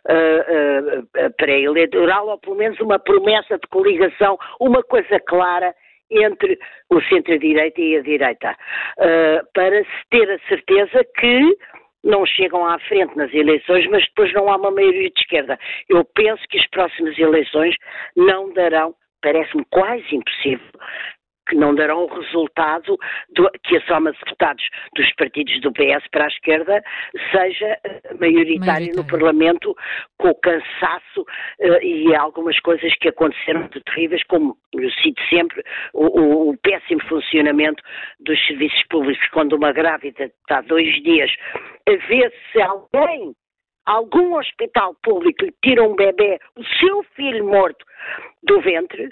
uh, uh, pré-eleitoral, ou pelo menos uma promessa de coligação, uma coisa clara entre o centro-direita e a direita, uh, para se ter a certeza que não chegam à frente nas eleições, mas depois não há uma maioria de esquerda. Eu penso que as próximas eleições não darão, parece-me quase impossível, que não darão o resultado do, que a soma de deputados dos partidos do P S para a esquerda seja maioritária no Parlamento, com o cansaço uh, e algumas coisas que aconteceram de terríveis, como eu cito sempre, o, o, o péssimo funcionamento dos serviços públicos, quando uma grávida está dois dias a ver se alguém, algum hospital público lhe tira um bebê, o seu filho morto do ventre,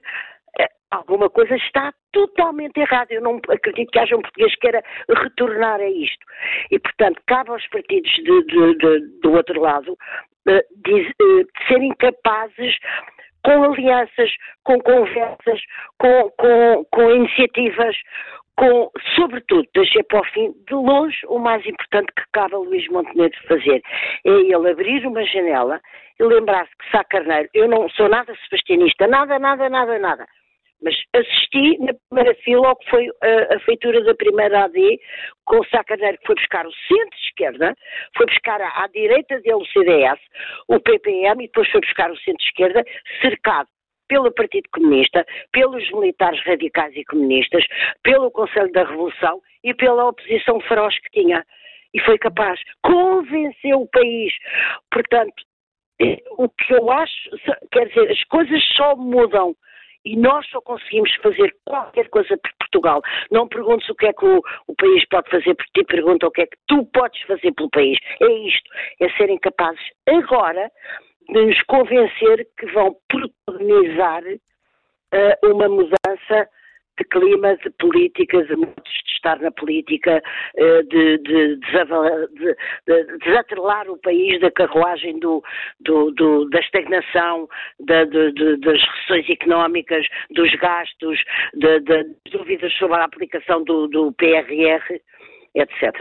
alguma coisa está totalmente errada. Eu não acredito que haja um português que queira retornar a isto. E, portanto, cabe aos partidos de, de, de, do outro lado de, de, de serem capazes, com alianças, com conversas, com, com, com iniciativas, com, sobretudo, deixei para o fim, de longe, o mais importante que cabe a Luís Montenegro fazer é ele abrir uma janela e lembrar-se que Sá Carneiro, eu não sou nada sebastianista, nada, nada, nada, nada. Mas assisti na primeira fila ao que foi a, a feitura da primeira A D, com o Sá Carneiro, que foi buscar o centro-esquerda, foi buscar à, à direita dele o C D S, o P P M, e depois foi buscar o centro-esquerda, cercado pelo Partido Comunista, pelos militares radicais e comunistas, pelo Conselho da Revolução e pela oposição feroz que tinha. E foi capaz, convenceu o país. Portanto, o que eu acho, quer dizer, as coisas só mudam. E nós só conseguimos fazer qualquer coisa por Portugal. Não perguntes o que é que o, o país pode fazer por ti, pergunta o que é que tu podes fazer pelo país. É isto, é serem capazes agora de nos convencer que vão protagonizar uh, uma mudança de clima, de política, de modos de estar na política, de, de, de, de, de desatrelar o país da carruagem do, do, do, da estagnação, da, de, de, das recessões económicas, dos gastos, de, de, de dúvidas sobre a aplicação do, do P R R, etcétera.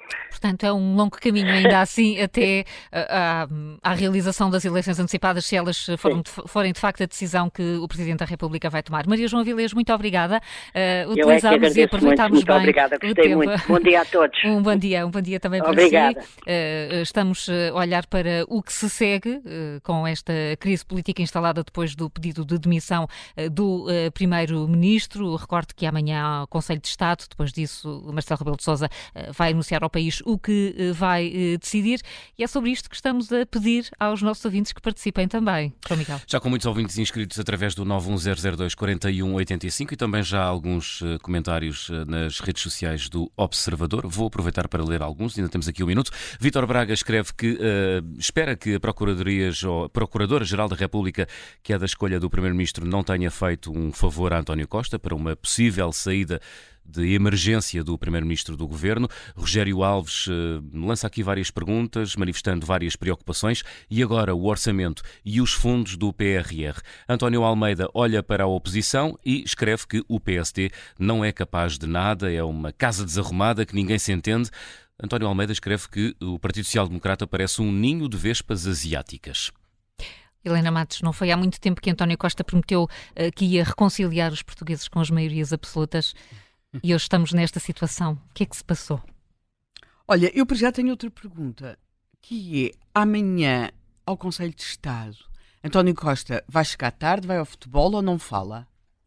Portanto, é um longo caminho ainda assim até à, à realização das eleições antecipadas, se elas foram, forem de facto a decisão que o Presidente da República vai tomar. Maria João Avilés, muito obrigada. Uh, utilizámos é e aproveitámos muito, muito bem obrigada, gostei muito. Bom dia a todos. Um bom dia, um bom dia também para obrigada. si. Uh, estamos a olhar para o que se segue uh, com esta crise política instalada depois do pedido de demissão uh, do uh, Primeiro-Ministro. Recordo que amanhã há o Conselho de Estado, depois disso o Marcelo Rebelo de Sousa uh, vai anunciar ao país o que uh, vai uh, decidir, e é sobre isto que estamos a pedir aos nossos ouvintes que participem também. João Miguel. Já com muitos ouvintes inscritos através do nove um zero zero dois quatro um oito cinco e também já alguns uh, comentários uh, nas redes sociais do Observador. Vou aproveitar para ler alguns, ainda temos aqui um minuto. Vítor Braga escreve que uh, espera que a Procuradora-Geral da República, que é da escolha do Primeiro-Ministro, não tenha feito um favor a António Costa para uma possível saída de emergência do Primeiro-Ministro do Governo. Rogério Alves uh, lança aqui várias perguntas, manifestando várias preocupações. E agora o orçamento e os fundos do P R R. António Almeida olha para a oposição e escreve que o P S D não é capaz de nada, é uma casa desarrumada que ninguém se entende. António Almeida escreve que o Partido Social Democrata parece um ninho de vespas asiáticas. Helena Matos, não foi há muito tempo que António Costa prometeu uh, que ia reconciliar os portugueses com as maiorias absolutas e hoje estamos nesta situação. O que é que se passou? Olha, eu já tenho outra pergunta, que é, amanhã ao Conselho de Estado, António Costa vai chegar tarde, vai ao futebol ou não fala?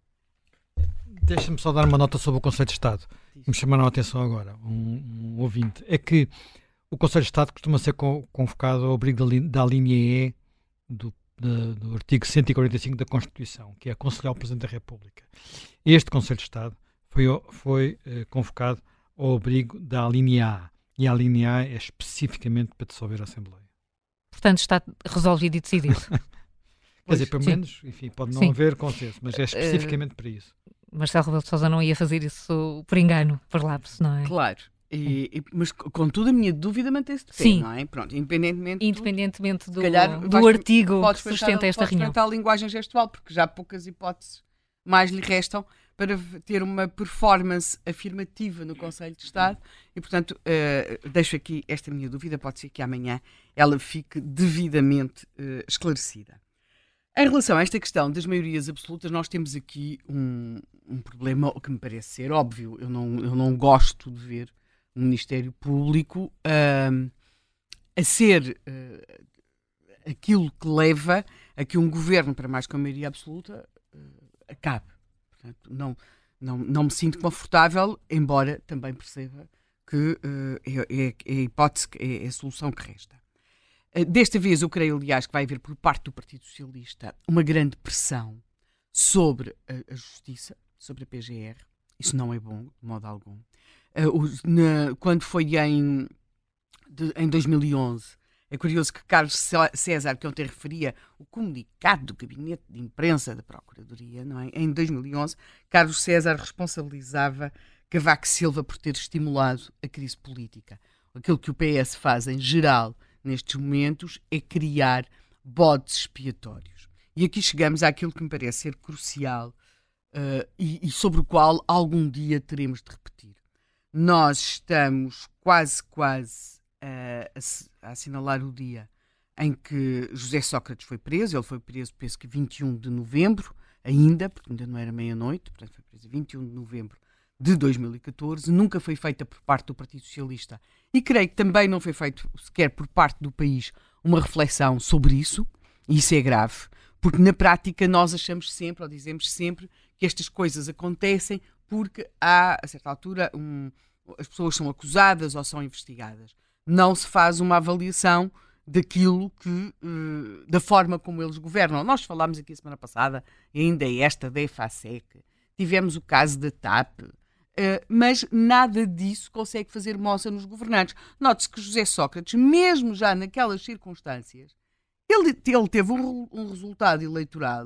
Deixa-me só dar uma nota sobre o Conselho de Estado. Me chamaram a atenção agora, um, um ouvinte. É que o Conselho de Estado costuma ser convocado ao abrigo da, da linha E do, da, do artigo cento e quarenta e cinco da Constituição, que é aconselhar o Presidente da República. Este Conselho de Estado foi, foi uh, convocado ao abrigo da linha A, e a linha A é especificamente para dissolver a Assembleia. Portanto, está resolvido e decidido. Quer dizer, pelo menos, enfim, pode não Sim. haver consenso, mas é especificamente uh, para isso. Marcelo Rebelo de Sousa não ia fazer isso por engano, por lapso, não é? Claro. E, e, mas, contudo, a minha dúvida mantém-se de pé, Sim. não é? Pronto, independentemente, independentemente do, calhar, do vais, artigo que sustenta esta reunião. Podes a linguagem gestual, porque já há poucas hipóteses mais lhe restam para ter uma performance afirmativa no Conselho de Estado e, portanto, uh, deixo aqui esta minha dúvida, pode ser que amanhã ela fique devidamente uh, esclarecida. Em relação a esta questão das maiorias absolutas, nós temos aqui um, um problema que me parece ser óbvio. Eu não, eu não gosto de ver o Ministério Público uh, a ser uh, aquilo que leva a que um governo, para mais que a maioria absoluta, uh, acabe. Portanto, não, não, não me sinto confortável, embora também perceba que uh, é, é, é a hipótese, é a solução que resta. Desta vez eu creio, aliás, que vai haver por parte do Partido Socialista uma grande pressão sobre a, a Justiça, sobre a P G R. Isso não é bom, de modo algum. Uh, o, na, quando foi em, de, em dois mil e onze, é curioso que Carlos César, que ontem referia o comunicado do Gabinete de Imprensa da Procuradoria, não é? Em dois mil e onze, Carlos César responsabilizava Cavaco Silva por ter estimulado a crise política. Aquilo que o P S faz em geral nestes momentos é criar bodes expiatórios. E aqui chegamos àquilo que me parece ser crucial uh, e, e sobre o qual algum dia teremos de repetir. Nós estamos quase, quase uh, a, a assinalar o dia em que José Sócrates foi preso. Ele foi preso, penso que vinte e um de novembro, ainda, porque ainda não era meia-noite, portanto foi preso vinte e um de novembro de dois mil e catorze, nunca foi feita por parte do Partido Socialista e creio que também não foi feito sequer por parte do país uma reflexão sobre isso, e isso é grave, porque na prática nós achamos sempre, ou dizemos sempre, que estas coisas acontecem porque há, a certa altura, um, as pessoas são acusadas ou são investigadas. Não se faz uma avaliação daquilo que, uh, da forma como eles governam. Nós falámos aqui a semana passada, ainda esta da EFASEC, tivemos o caso da TAP, Uh, mas nada disso consegue fazer moça nos governantes. Note-se que José Sócrates, mesmo já naquelas circunstâncias, ele, ele teve um, um resultado eleitoral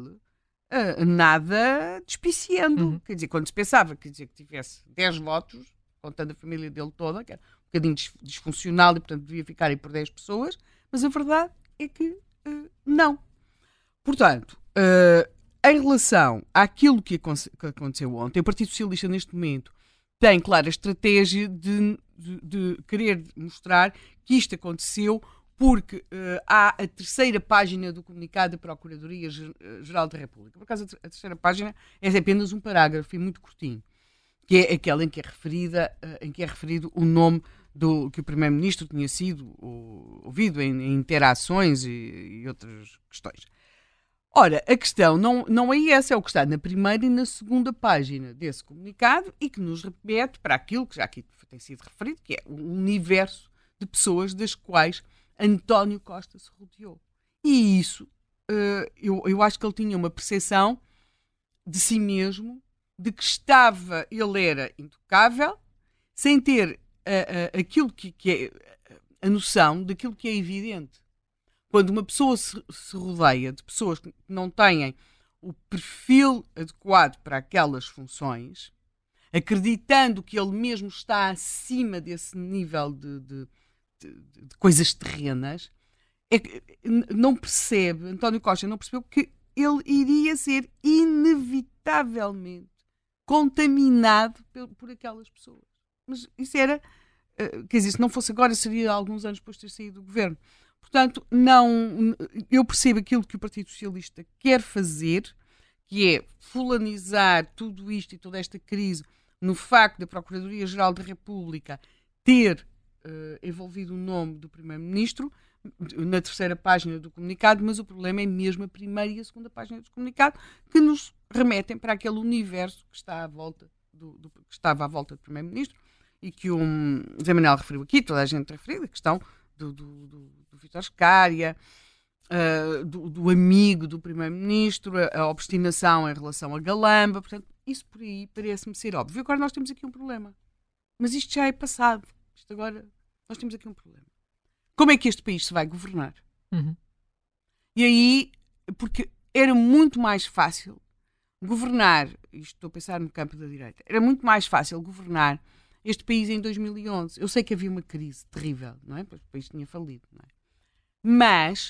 uh, nada despiciando. Uhum. Quer dizer, quando se pensava quer dizer, que tivesse dez votos, contando a família dele toda, que era um bocadinho disfuncional e, portanto, devia ficar aí por dez pessoas, mas a verdade é que uh, não. Portanto, uh, em relação àquilo que aconteceu ontem, o Partido Socialista, neste momento, tem, claro, a estratégia de de, de querer mostrar que isto aconteceu porque uh, há a terceira página do comunicado da Procuradoria-Geral da República. Por acaso, a terceira página é apenas um parágrafo, e muito curtinho, que é aquela em que é, referida, uh, em que é referido o nome do, que o Primeiro-Ministro tinha sido uh, ouvido em, em interações e, e outras questões. Ora, a questão não, não é essa, é o que está na primeira e na segunda página desse comunicado e que nos remete para aquilo que já aqui tem sido referido, que é o universo de pessoas das quais António Costa se rodeou. E isso, uh, eu, eu acho que ele tinha uma percepção de si mesmo, de que estava, ele era intocável, sem ter uh, uh, aquilo que, que é a noção daquilo que é evidente. Quando uma pessoa se, se rodeia de pessoas que não têm o perfil adequado para aquelas funções, acreditando que ele mesmo está acima desse nível de, de, de, de coisas terrenas, é que não percebe, António Costa não percebeu que ele iria ser inevitavelmente contaminado por, por aquelas pessoas. Mas isso era, quer dizer, se não fosse agora, seria alguns anos depois de ter saído do governo. Portanto, não, eu percebo aquilo que o Partido Socialista quer fazer, que é fulanizar tudo isto e toda esta crise no facto da Procuradoria-Geral da República ter uh, envolvido o nome do Primeiro-Ministro na terceira página do comunicado, mas o problema é mesmo a primeira e a segunda página do comunicado, que nos remetem para aquele universo que, está à volta do, do, que estava à volta do Primeiro-Ministro e que o um, Zé Manuel referiu aqui, toda a gente referiu, a questão do, do, do, do Vítor Scária, uh, do, do amigo do Primeiro-Ministro, a, a obstinação em relação a Galamba. Portanto, isso por aí parece-me ser óbvio. Agora nós temos aqui um problema. Mas isto já é passado. Isto agora, nós temos aqui um problema. Como é que este país se vai governar? Uhum. E aí, porque era muito mais fácil governar, isto estou a pensar no campo da direita, era muito mais fácil governar este país em dois mil e onze. Eu sei que havia uma crise terrível, não é? Porque o país tinha falido, não é? Mas,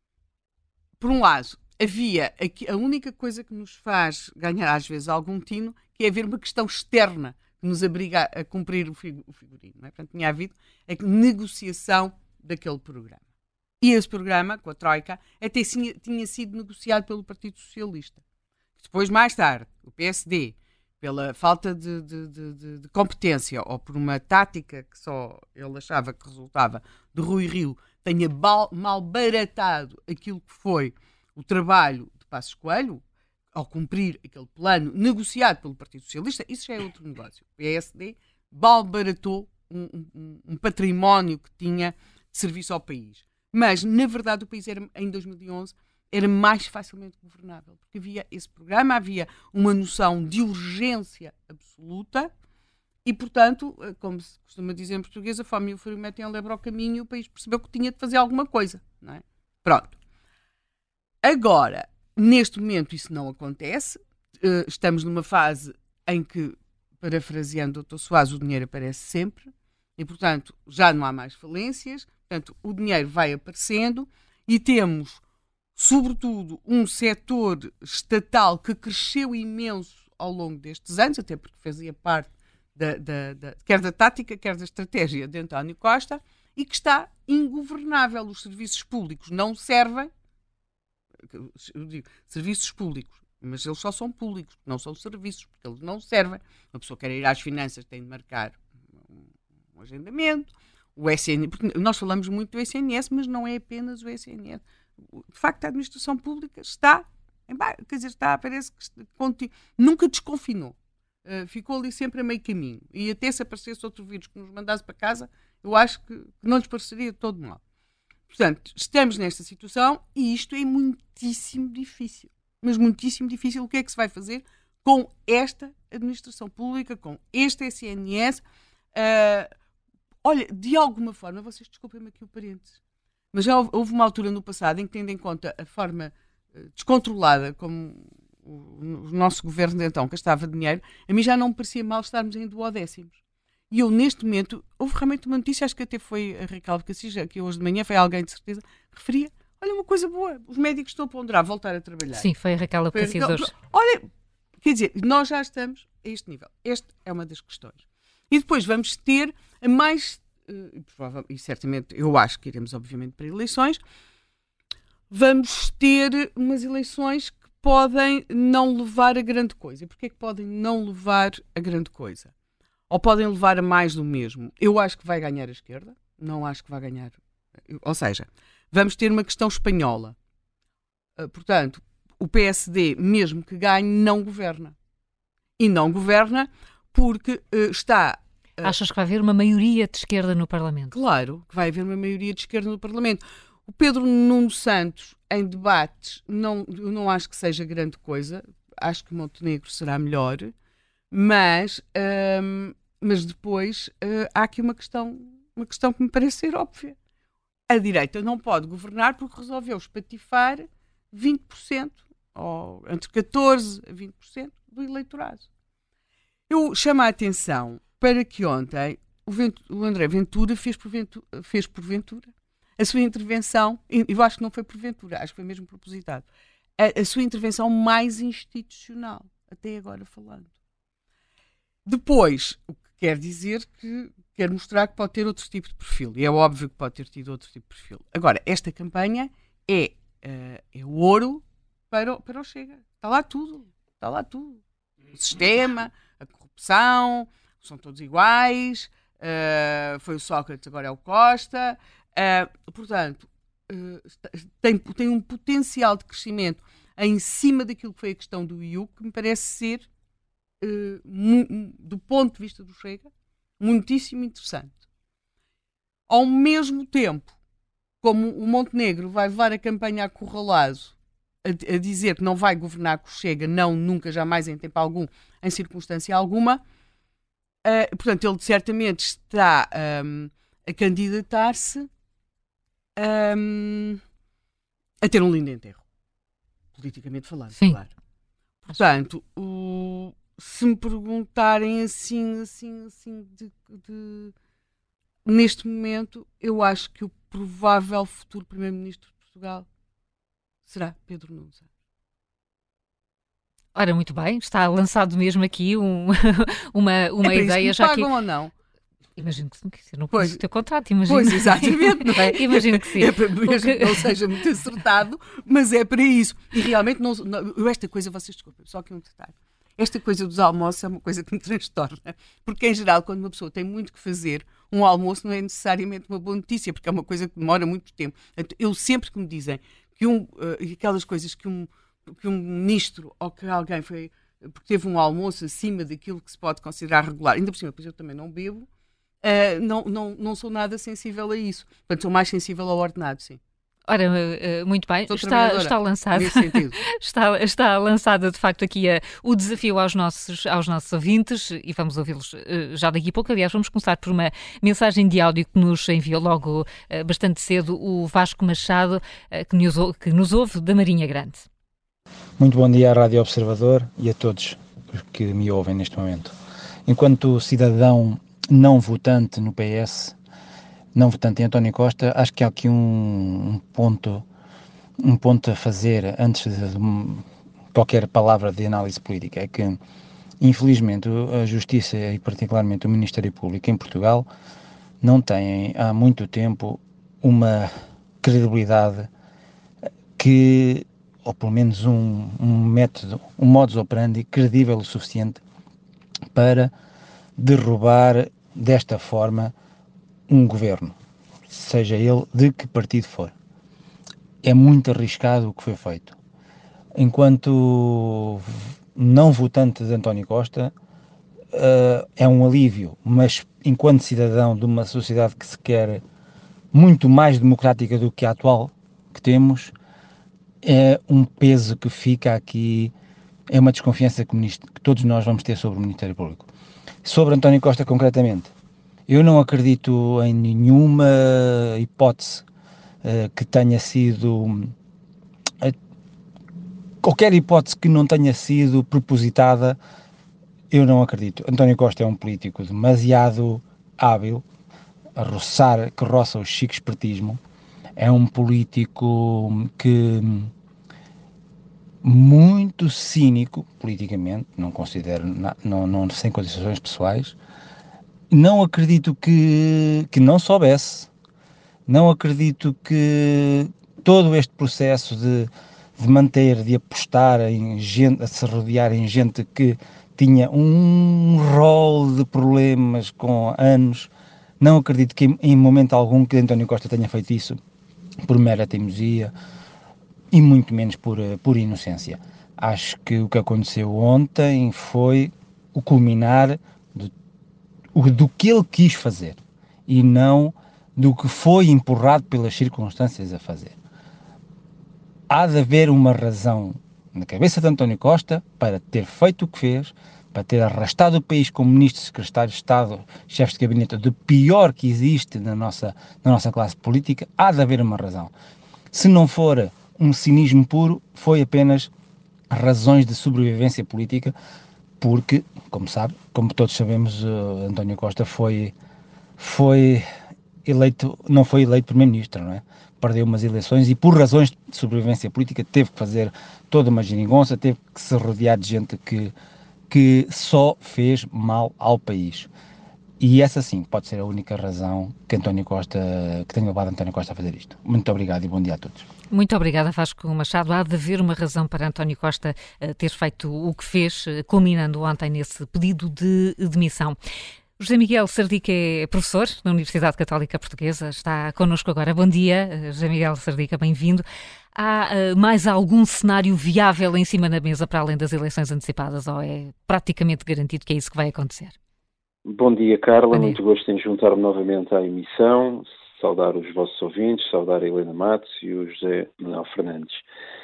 por um lado, havia aqui, a única coisa que nos faz ganhar às vezes algum tino, que é haver uma questão externa que nos obriga a cumprir o figurino, não é? Portanto, tinha havido a negociação daquele programa. E esse programa, com a Troika, até tinha, tinha sido negociado pelo Partido Socialista. Depois, mais tarde, o P S D, pela falta de, de, de, de competência ou por uma tática que só ele achava que resultava de Rui Rio, tenha mal baratado aquilo que foi o trabalho de Passos Coelho, ao cumprir aquele plano negociado pelo Partido Socialista. Isso já é outro negócio. O P S D mal baratou um, um, um património que tinha de serviço ao país. Mas, na verdade, o país era, em dois mil e onze era mais facilmente governável, porque havia esse programa, havia uma noção de urgência absoluta e, portanto, como se costuma dizer em português, a fome e o frio metem a lebre ao caminho e o país percebeu que tinha de fazer alguma coisa, não é? Pronto. Agora, neste momento isso não acontece, estamos numa fase em que, parafraseando o doutor Soares, o dinheiro aparece sempre e, portanto, já não há mais falências, portanto, o dinheiro vai aparecendo e temos sobretudo um setor estatal que cresceu imenso ao longo destes anos, até porque fazia parte da, da, da, quer da tática, quer da estratégia de António Costa, e que está ingovernável. Os serviços públicos não servem, eu digo serviços públicos, mas eles só são públicos, não são serviços, porque eles não servem. Uma pessoa quer ir às finanças tem de marcar um, um agendamento, o S N S, porque nós falamos muito do S N S, mas não é apenas o S N S. De facto, a administração pública está, em ba... quer dizer, está, parece que continu... nunca desconfinou. Uh, ficou ali sempre a meio caminho. E até se aparecesse outro vírus que nos mandasse para casa, eu acho que, que não nos pareceria todo mal. Portanto, estamos nesta situação e isto é muitíssimo difícil. Mas muitíssimo difícil. O que é que se vai fazer com esta administração pública, com este S N S? Uh, olha, de alguma forma, vocês desculpem-me aqui o parênteses, mas já houve uma altura no passado em que, tendo em conta a forma uh, descontrolada como o, o nosso governo de então gastava dinheiro, a mim já não me parecia mal estarmos em duodécimos. E eu, neste momento, houve realmente uma notícia, acho que até foi a Raquel Cassis, que hoje de manhã foi alguém de certeza, referia, olha uma coisa boa, os médicos estão a ponderar voltar a trabalhar. Sim, foi a Raquel Cassis hoje. Olha, quer dizer, nós já estamos a este nível. Esta é uma das questões. E depois vamos ter A mais, e, provável, e certamente eu acho que iremos obviamente para eleições, vamos ter umas eleições que podem não levar a grande coisa. E porquê é que podem não levar a grande coisa? Ou podem levar a mais do mesmo? Eu acho que vai ganhar a esquerda, não acho que vai ganhar... Ou seja, vamos ter uma questão espanhola. Uh, portanto, o P S D, mesmo que ganhe, não governa. E não governa porque uh, está... Uh, Achas que vai haver uma maioria de esquerda no Parlamento? Claro que vai haver uma maioria de esquerda no Parlamento. O Pedro Nuno Santos, em debates, não, eu não acho que seja grande coisa. Acho que Montenegro será melhor. Mas, um, mas depois uh, há aqui uma questão, uma questão que me parece ser óbvia. A direita não pode governar porque resolveu espatifar vinte por cento, ou entre catorze por cento a vinte por cento do eleitorado. Eu chamo a atenção para que ontem o, Vent- o André Ventura fez por, Ventura fez por Ventura a sua intervenção, eu acho que não foi por Ventura, acho que foi mesmo propositado, a, a sua intervenção mais institucional, até agora falando. Depois, o que quer dizer que quer mostrar que pode ter outro tipo de perfil, e é óbvio que pode ter tido outro tipo de perfil. Agora, esta campanha é, uh, é o ouro para, o, para o Chega. Está lá tudo, está lá tudo. O sistema, a corrupção, são todos iguais, uh, foi o Sócrates, agora é o Costa. Uh, portanto, uh, tem, tem um potencial de crescimento em cima daquilo que foi a questão do I U, que me parece ser, uh, mu- do ponto de vista do Chega, muitíssimo interessante. Ao mesmo tempo, como o Montenegro vai levar a campanha acorralado a, a dizer que não vai governar com o Chega, não, nunca, jamais, em tempo algum, em circunstância alguma, uh, portanto, ele certamente está um, a candidatar-se Um, a ter um lindo enterro, politicamente falando. Sim. Claro. Portanto, o, se me perguntarem assim, assim, assim, de, de, neste momento, eu acho que o provável futuro Primeiro-Ministro de Portugal será Pedro Nuno Santos. Ora, muito bem, está lançado mesmo aqui um, uma, uma é ideia isso que me já pagam que... ou não? Imagino que sim, que eu não Pois. conheço o teu contrato, imagino. Pois, exatamente, não é? Imagino que sim. É para mesmo Porque- que não seja muito acertado, mas é para isso. E realmente, não, não, eu esta coisa, vocês desculpem, só que um detalhe. Esta coisa dos almoços é uma coisa que me transtorna. Porque, em geral, quando uma pessoa tem muito que fazer, um almoço não é necessariamente uma boa notícia, porque é uma coisa que demora muito tempo. Portanto, eu sempre que me dizem que um, uh, aquelas coisas que um, que um ministro ou que alguém foi, porque teve um almoço acima daquilo que se pode considerar regular, ainda por cima, pois eu também não bebo, Uh, não, não, não sou nada sensível a isso. Portanto, sou mais sensível ao ordenado, sim. Ora, uh, muito bem, Sou está, trabalhadora, está lançado. nesse sentido. está, está lançado, de facto, aqui uh, o desafio aos nossos, aos nossos ouvintes e vamos ouvi-los uh, já daqui a pouco. Aliás, vamos começar por uma mensagem de áudio que nos enviou logo uh, bastante cedo o Vasco Machado, uh, que, nos, que nos ouve da Marinha Grande. Muito bom dia à Rádio Observador e a todos os que me ouvem neste momento. Enquanto cidadão não votante no P S, não votante em António Costa, acho que há aqui um, um ponto um ponto a fazer antes de, de qualquer palavra de análise política. É que, infelizmente, a Justiça e particularmente o Ministério Público em Portugal não têm há muito tempo uma credibilidade que, ou pelo menos um, um método, um modus operandi credível o suficiente para derrubar desta forma um governo, seja ele de que partido for. É muito arriscado o que foi feito. Enquanto não votante de António Costa, uh, é um alívio, mas enquanto cidadão de uma sociedade que se quer muito mais democrática do que a atual que temos, é um peso que fica aqui, é uma desconfiança que, que todos nós vamos ter sobre o Ministério Público. Sobre António Costa concretamente, eu não acredito em nenhuma hipótese uh, que tenha sido, uh, qualquer hipótese que não tenha sido propositada, eu não acredito. António Costa é um político demasiado hábil, a roçar, que roça o chique espertismo, é um político que muito cínico politicamente, não considero, não, não sem condições pessoais, não acredito que, que não soubesse, não acredito que todo este processo de, de manter, de apostar em gente, a se rodear em gente que tinha um rol de problemas com anos, não acredito que em momento algum que António Costa tenha feito isso por mera teimosia e muito menos por, por inocência. Acho que o que aconteceu ontem foi o culminar do, do que ele quis fazer e não do que foi empurrado pelas circunstâncias a fazer. Há de haver uma razão na cabeça de António Costa para ter feito o que fez, para ter arrastado o país como ministro, secretário de Estado, chefes de gabinete, do pior que existe na nossa, na nossa classe política. Há de haver uma razão. Se não for um cinismo puro, foi apenas razões de sobrevivência política, porque, como sabe, como todos sabemos, uh, António Costa foi, foi eleito, não foi eleito primeiro-ministro, não é? Perdeu umas eleições e por razões de sobrevivência política teve que fazer toda uma geringonça, teve que se rodear de gente que, que só fez mal ao país. E essa sim pode ser a única razão que António Costa, que tenha levado António Costa a fazer isto. Muito obrigado e bom dia a todos. Muito obrigada, Vasco Machado. Há de haver uma razão para António Costa uh, ter feito o que fez, uh, culminando ontem nesse pedido de demissão. José Miguel Sardica é professor na Universidade Católica Portuguesa, está connosco agora. Bom dia, José Miguel Sardica, bem-vindo. Há uh, mais algum cenário viável em cima da mesa para além das eleições antecipadas ou é praticamente garantido que é isso que vai acontecer? Bom dia, Carla. Bom dia. Muito gosto em juntar-me novamente à emissão, saudar os vossos ouvintes, saudar a Helena Matos e o José Manuel Fernandes.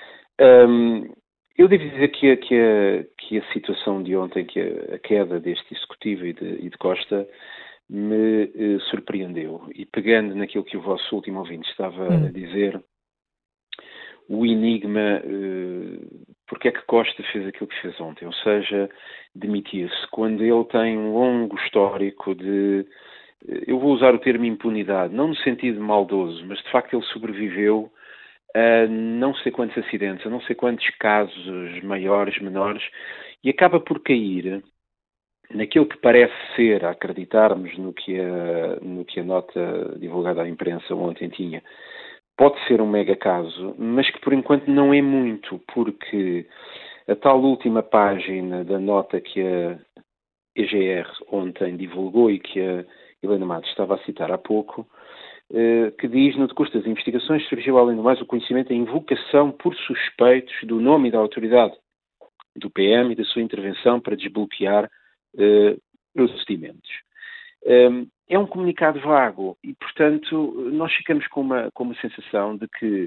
Um, eu devo dizer que a, que, a, que a situação de ontem, que a, a queda deste Executivo e de, e de Costa, me eh, surpreendeu. E pegando naquilo que o vosso último ouvinte estava hum. a dizer, o enigma, eh, porque é que Costa fez aquilo que fez ontem, ou seja, demitir-se, quando ele tem um longo histórico de, eu vou usar o termo impunidade, não no sentido maldoso, mas de facto ele sobreviveu a não sei quantos acidentes, a não sei quantos casos maiores, menores, e acaba por cair naquilo que parece ser, a acreditarmos no que a, no que a nota divulgada à imprensa ontem tinha, pode ser um mega caso, mas que por enquanto não é muito, porque a tal última página da nota que a E G R ontem divulgou e que a Helena Matos estava a citar há pouco, que diz, no decurso das investigações, surgiu além do mais o conhecimento da invocação por suspeitos do nome e da autoridade do P M e da sua intervenção para desbloquear uh, procedimentos. Um, é um comunicado vago e, portanto, nós ficamos com uma, com uma sensação de que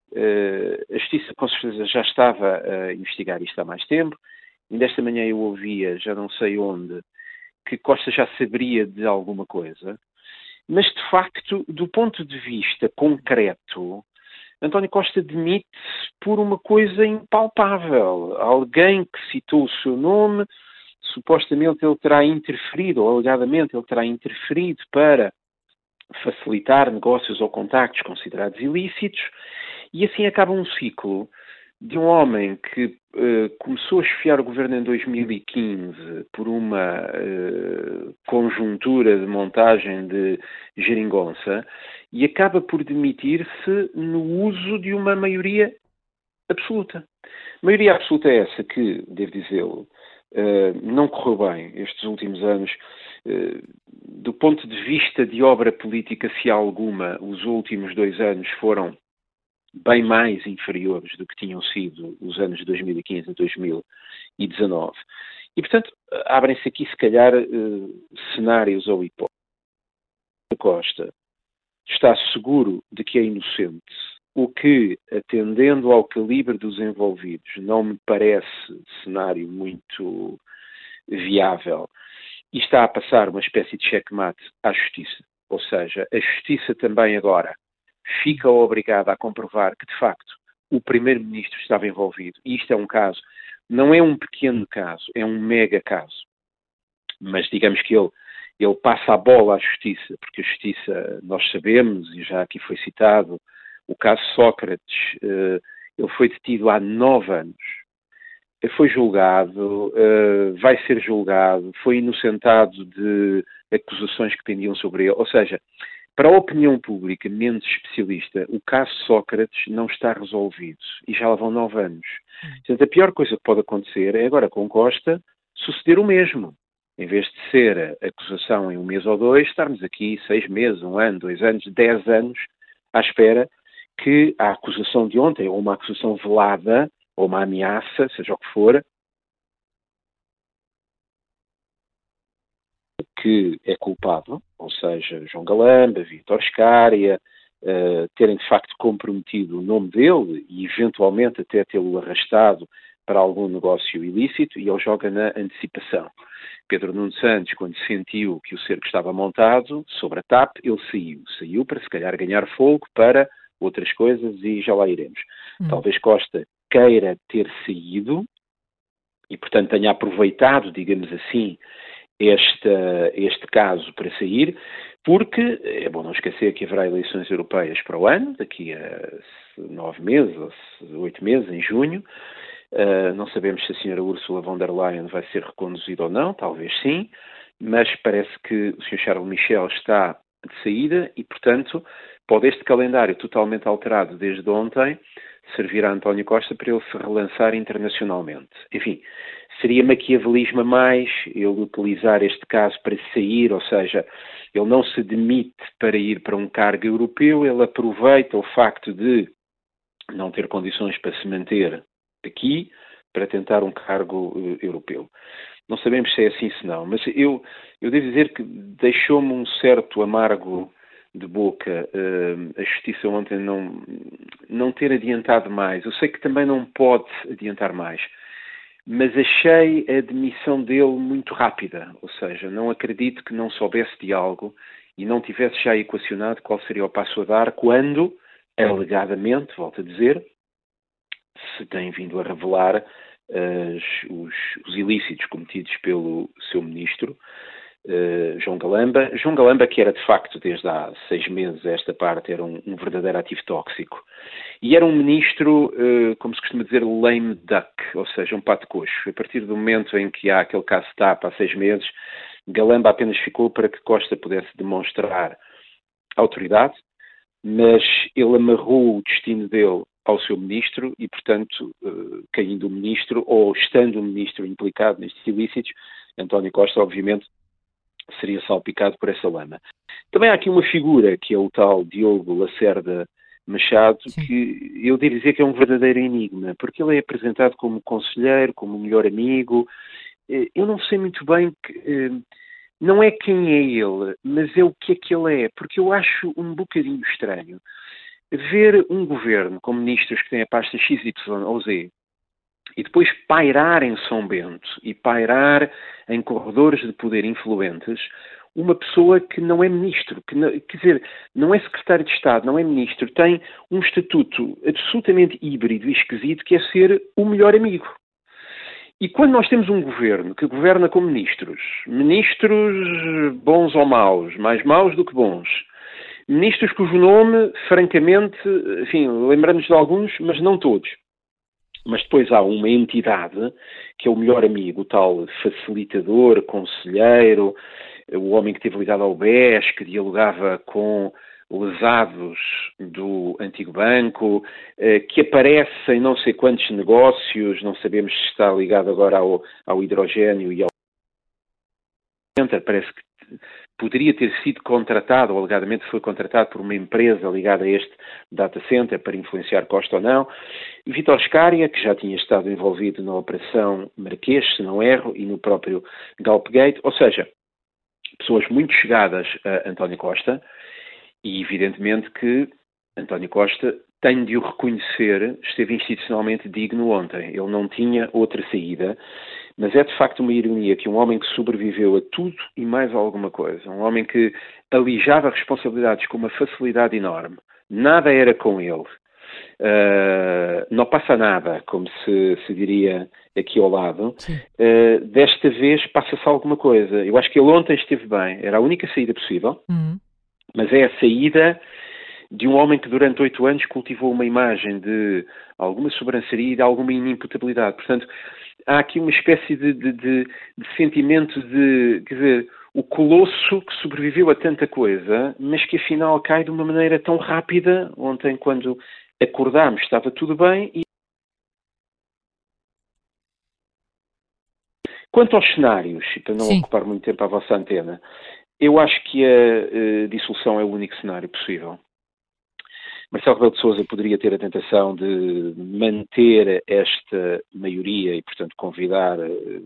uh, a Justiça, com certeza, já estava a investigar isto há mais tempo. Ainda esta manhã eu ouvia, já não sei onde, que Costa já saberia de alguma coisa. Mas, de facto, do ponto de vista concreto, António Costa demite-se por uma coisa impalpável. Alguém que citou o seu nome, supostamente ele terá interferido, ou alegadamente ele terá interferido para facilitar negócios ou contactos considerados ilícitos, e assim acaba um ciclo de um homem que uh, começou a chefiar o governo em dois mil e quinze por uma uh, conjuntura de montagem de geringonça e acaba por demitir-se no uso de uma maioria absoluta. Maioria absoluta é essa que, devo dizê-lo, uh, não correu bem estes últimos anos. Uh, do ponto de vista de obra política, se há alguma, os últimos dois anos foram bem mais inferiores do que tinham sido os anos de dois mil e quinze e dois mil e dezanove. E, portanto, abrem-se aqui, se calhar, uh, cenários ou hipóteses. Costa está seguro de que é inocente, o que, atendendo ao calibre dos envolvidos, não me parece cenário muito viável, e está a passar uma espécie de checkmate à Justiça. Ou seja, a Justiça também agora fica obrigada a comprovar que, de facto, o Primeiro-Ministro estava envolvido. E isto é um caso, não é um pequeno caso, é um mega caso. Mas digamos que ele, ele passa a bola à Justiça, porque a Justiça, nós sabemos, e já aqui foi citado, o caso Sócrates, ele foi detido há nove anos, foi julgado, vai ser julgado, foi inocentado de acusações que pendiam sobre ele. Ou seja, para a opinião pública menos especialista, o caso Sócrates não está resolvido e já lá vão nove anos. Portanto, a pior coisa que pode acontecer é agora com Costa suceder o mesmo. Em vez de ser a acusação em um mês ou dois, estarmos aqui seis meses, um ano, dois anos, dez anos à espera que a acusação de ontem, ou uma acusação velada, ou uma ameaça, seja o que for, que é culpado, ou seja, João Galamba, Vítor Scária, uh, terem de facto comprometido o nome dele e eventualmente até tê-lo arrastado para algum negócio ilícito, e ele joga na antecipação. Pedro Nuno Santos, quando sentiu que o cerco estava montado sobre a T A P, ele saiu. Saiu para, se calhar, ganhar fogo para outras coisas e já lá iremos. Hum. Talvez Costa queira ter saído e, portanto, tenha aproveitado, digamos assim, este, este caso para sair, porque é bom não esquecer que haverá eleições europeias para o ano, daqui a nove meses ou oito meses, em junho. Uh, não sabemos se a senhora Ursula von der Leyen vai ser reconduzida ou não, talvez sim, mas parece que o senhor Charles Michel está de saída e, portanto, pode este calendário totalmente alterado desde ontem servir a António Costa para ele se relançar internacionalmente. Enfim, seria maquiavelismo a mais ele utilizar este caso para sair, ou seja, ele não se demite para ir para um cargo europeu, ele aproveita o facto de não ter condições para se manter aqui para tentar um cargo uh, europeu. Não sabemos se é assim, se não, mas eu, eu devo dizer que deixou-me um certo amargo de boca uh, a Justiça ontem não, não ter adiantado mais. Eu sei que também não pode adiantar mais, mas achei a demissão dele muito rápida, ou seja, não acredito que não soubesse de algo e não tivesse já equacionado qual seria o passo a dar quando, alegadamente, volto a dizer, se tem vindo a revelar uh, os, os ilícitos cometidos pelo seu ministro, uh, João Galamba. João Galamba, que era de facto, desde há seis meses a esta parte, era um, um verdadeiro ativo tóxico. E era um ministro, uh, como se costuma dizer, lame duck, ou seja, um pato coxo. A partir do momento em que há aquele caso de T A P há seis meses, Galamba apenas ficou para que Costa pudesse demonstrar autoridade, mas ele amarrou o destino dele ao seu ministro e, portanto, uh, caindo o ministro ou estando o ministro implicado nestes ilícitos, António Costa, obviamente, seria salpicado por essa lama. Também há aqui uma figura, que é o tal Diogo Lacerda Machado, Sim. que eu devo dizer que é um verdadeiro enigma, porque ele é apresentado como conselheiro, como melhor amigo. Eu não sei muito bem que... Uh, não é quem é ele, mas é o que é que ele é, porque eu acho um bocadinho estranho ver um governo com ministros que têm a pasta X, Y ou Z e depois pairar em São Bento e pairar em corredores de poder influentes uma pessoa que não é ministro, que não, quer dizer, não é secretário de Estado, não é ministro, tem um estatuto absolutamente híbrido e esquisito que é ser o melhor amigo. E quando nós temos um governo que governa com ministros, ministros bons ou maus, mais maus do que bons, ministros cujo nome, francamente, enfim, lembramos de alguns, mas não todos. Mas depois há uma entidade que é o melhor amigo, o tal facilitador, conselheiro, o homem que esteve ligado ao B E S, que dialogava com lesados do antigo banco, que aparece em não sei quantos negócios, não sabemos se está ligado agora ao, ao hidrogênio e ao... Parece que poderia ter sido contratado, ou alegadamente foi contratado por uma empresa ligada a este data center para influenciar Costa ou não. Vítor Scária, que já tinha estado envolvido na Operação Marquês, se não erro, e no próprio Galpegate, ou seja, pessoas muito chegadas a António Costa, e evidentemente que António Costa, tenho de o reconhecer, esteve institucionalmente digno ontem. Ele não tinha outra saída, mas é de facto uma ironia que um homem que sobreviveu a tudo e mais alguma coisa, um homem que alijava responsabilidades com uma facilidade enorme, nada era com ele, uh, não passa nada, como se, se diria aqui ao lado, uh, desta vez passa-se alguma coisa. Eu acho que ele ontem esteve bem, era a única saída possível, uhum. mas é a saída de um homem que durante oito anos cultivou uma imagem de alguma sobranceria e de alguma inimputabilidade. Portanto, há aqui uma espécie de, de, de, de sentimento de, quer dizer, o colosso que sobreviveu a tanta coisa, mas que afinal cai de uma maneira tão rápida. Ontem, quando acordámos, estava tudo bem. E quanto aos cenários, e para não Sim. ocupar muito tempo a vossa antena, eu acho que a, a dissolução é o único cenário possível. Marcelo Rebelo de Sousa poderia ter a tentação de manter esta maioria e, portanto, convidar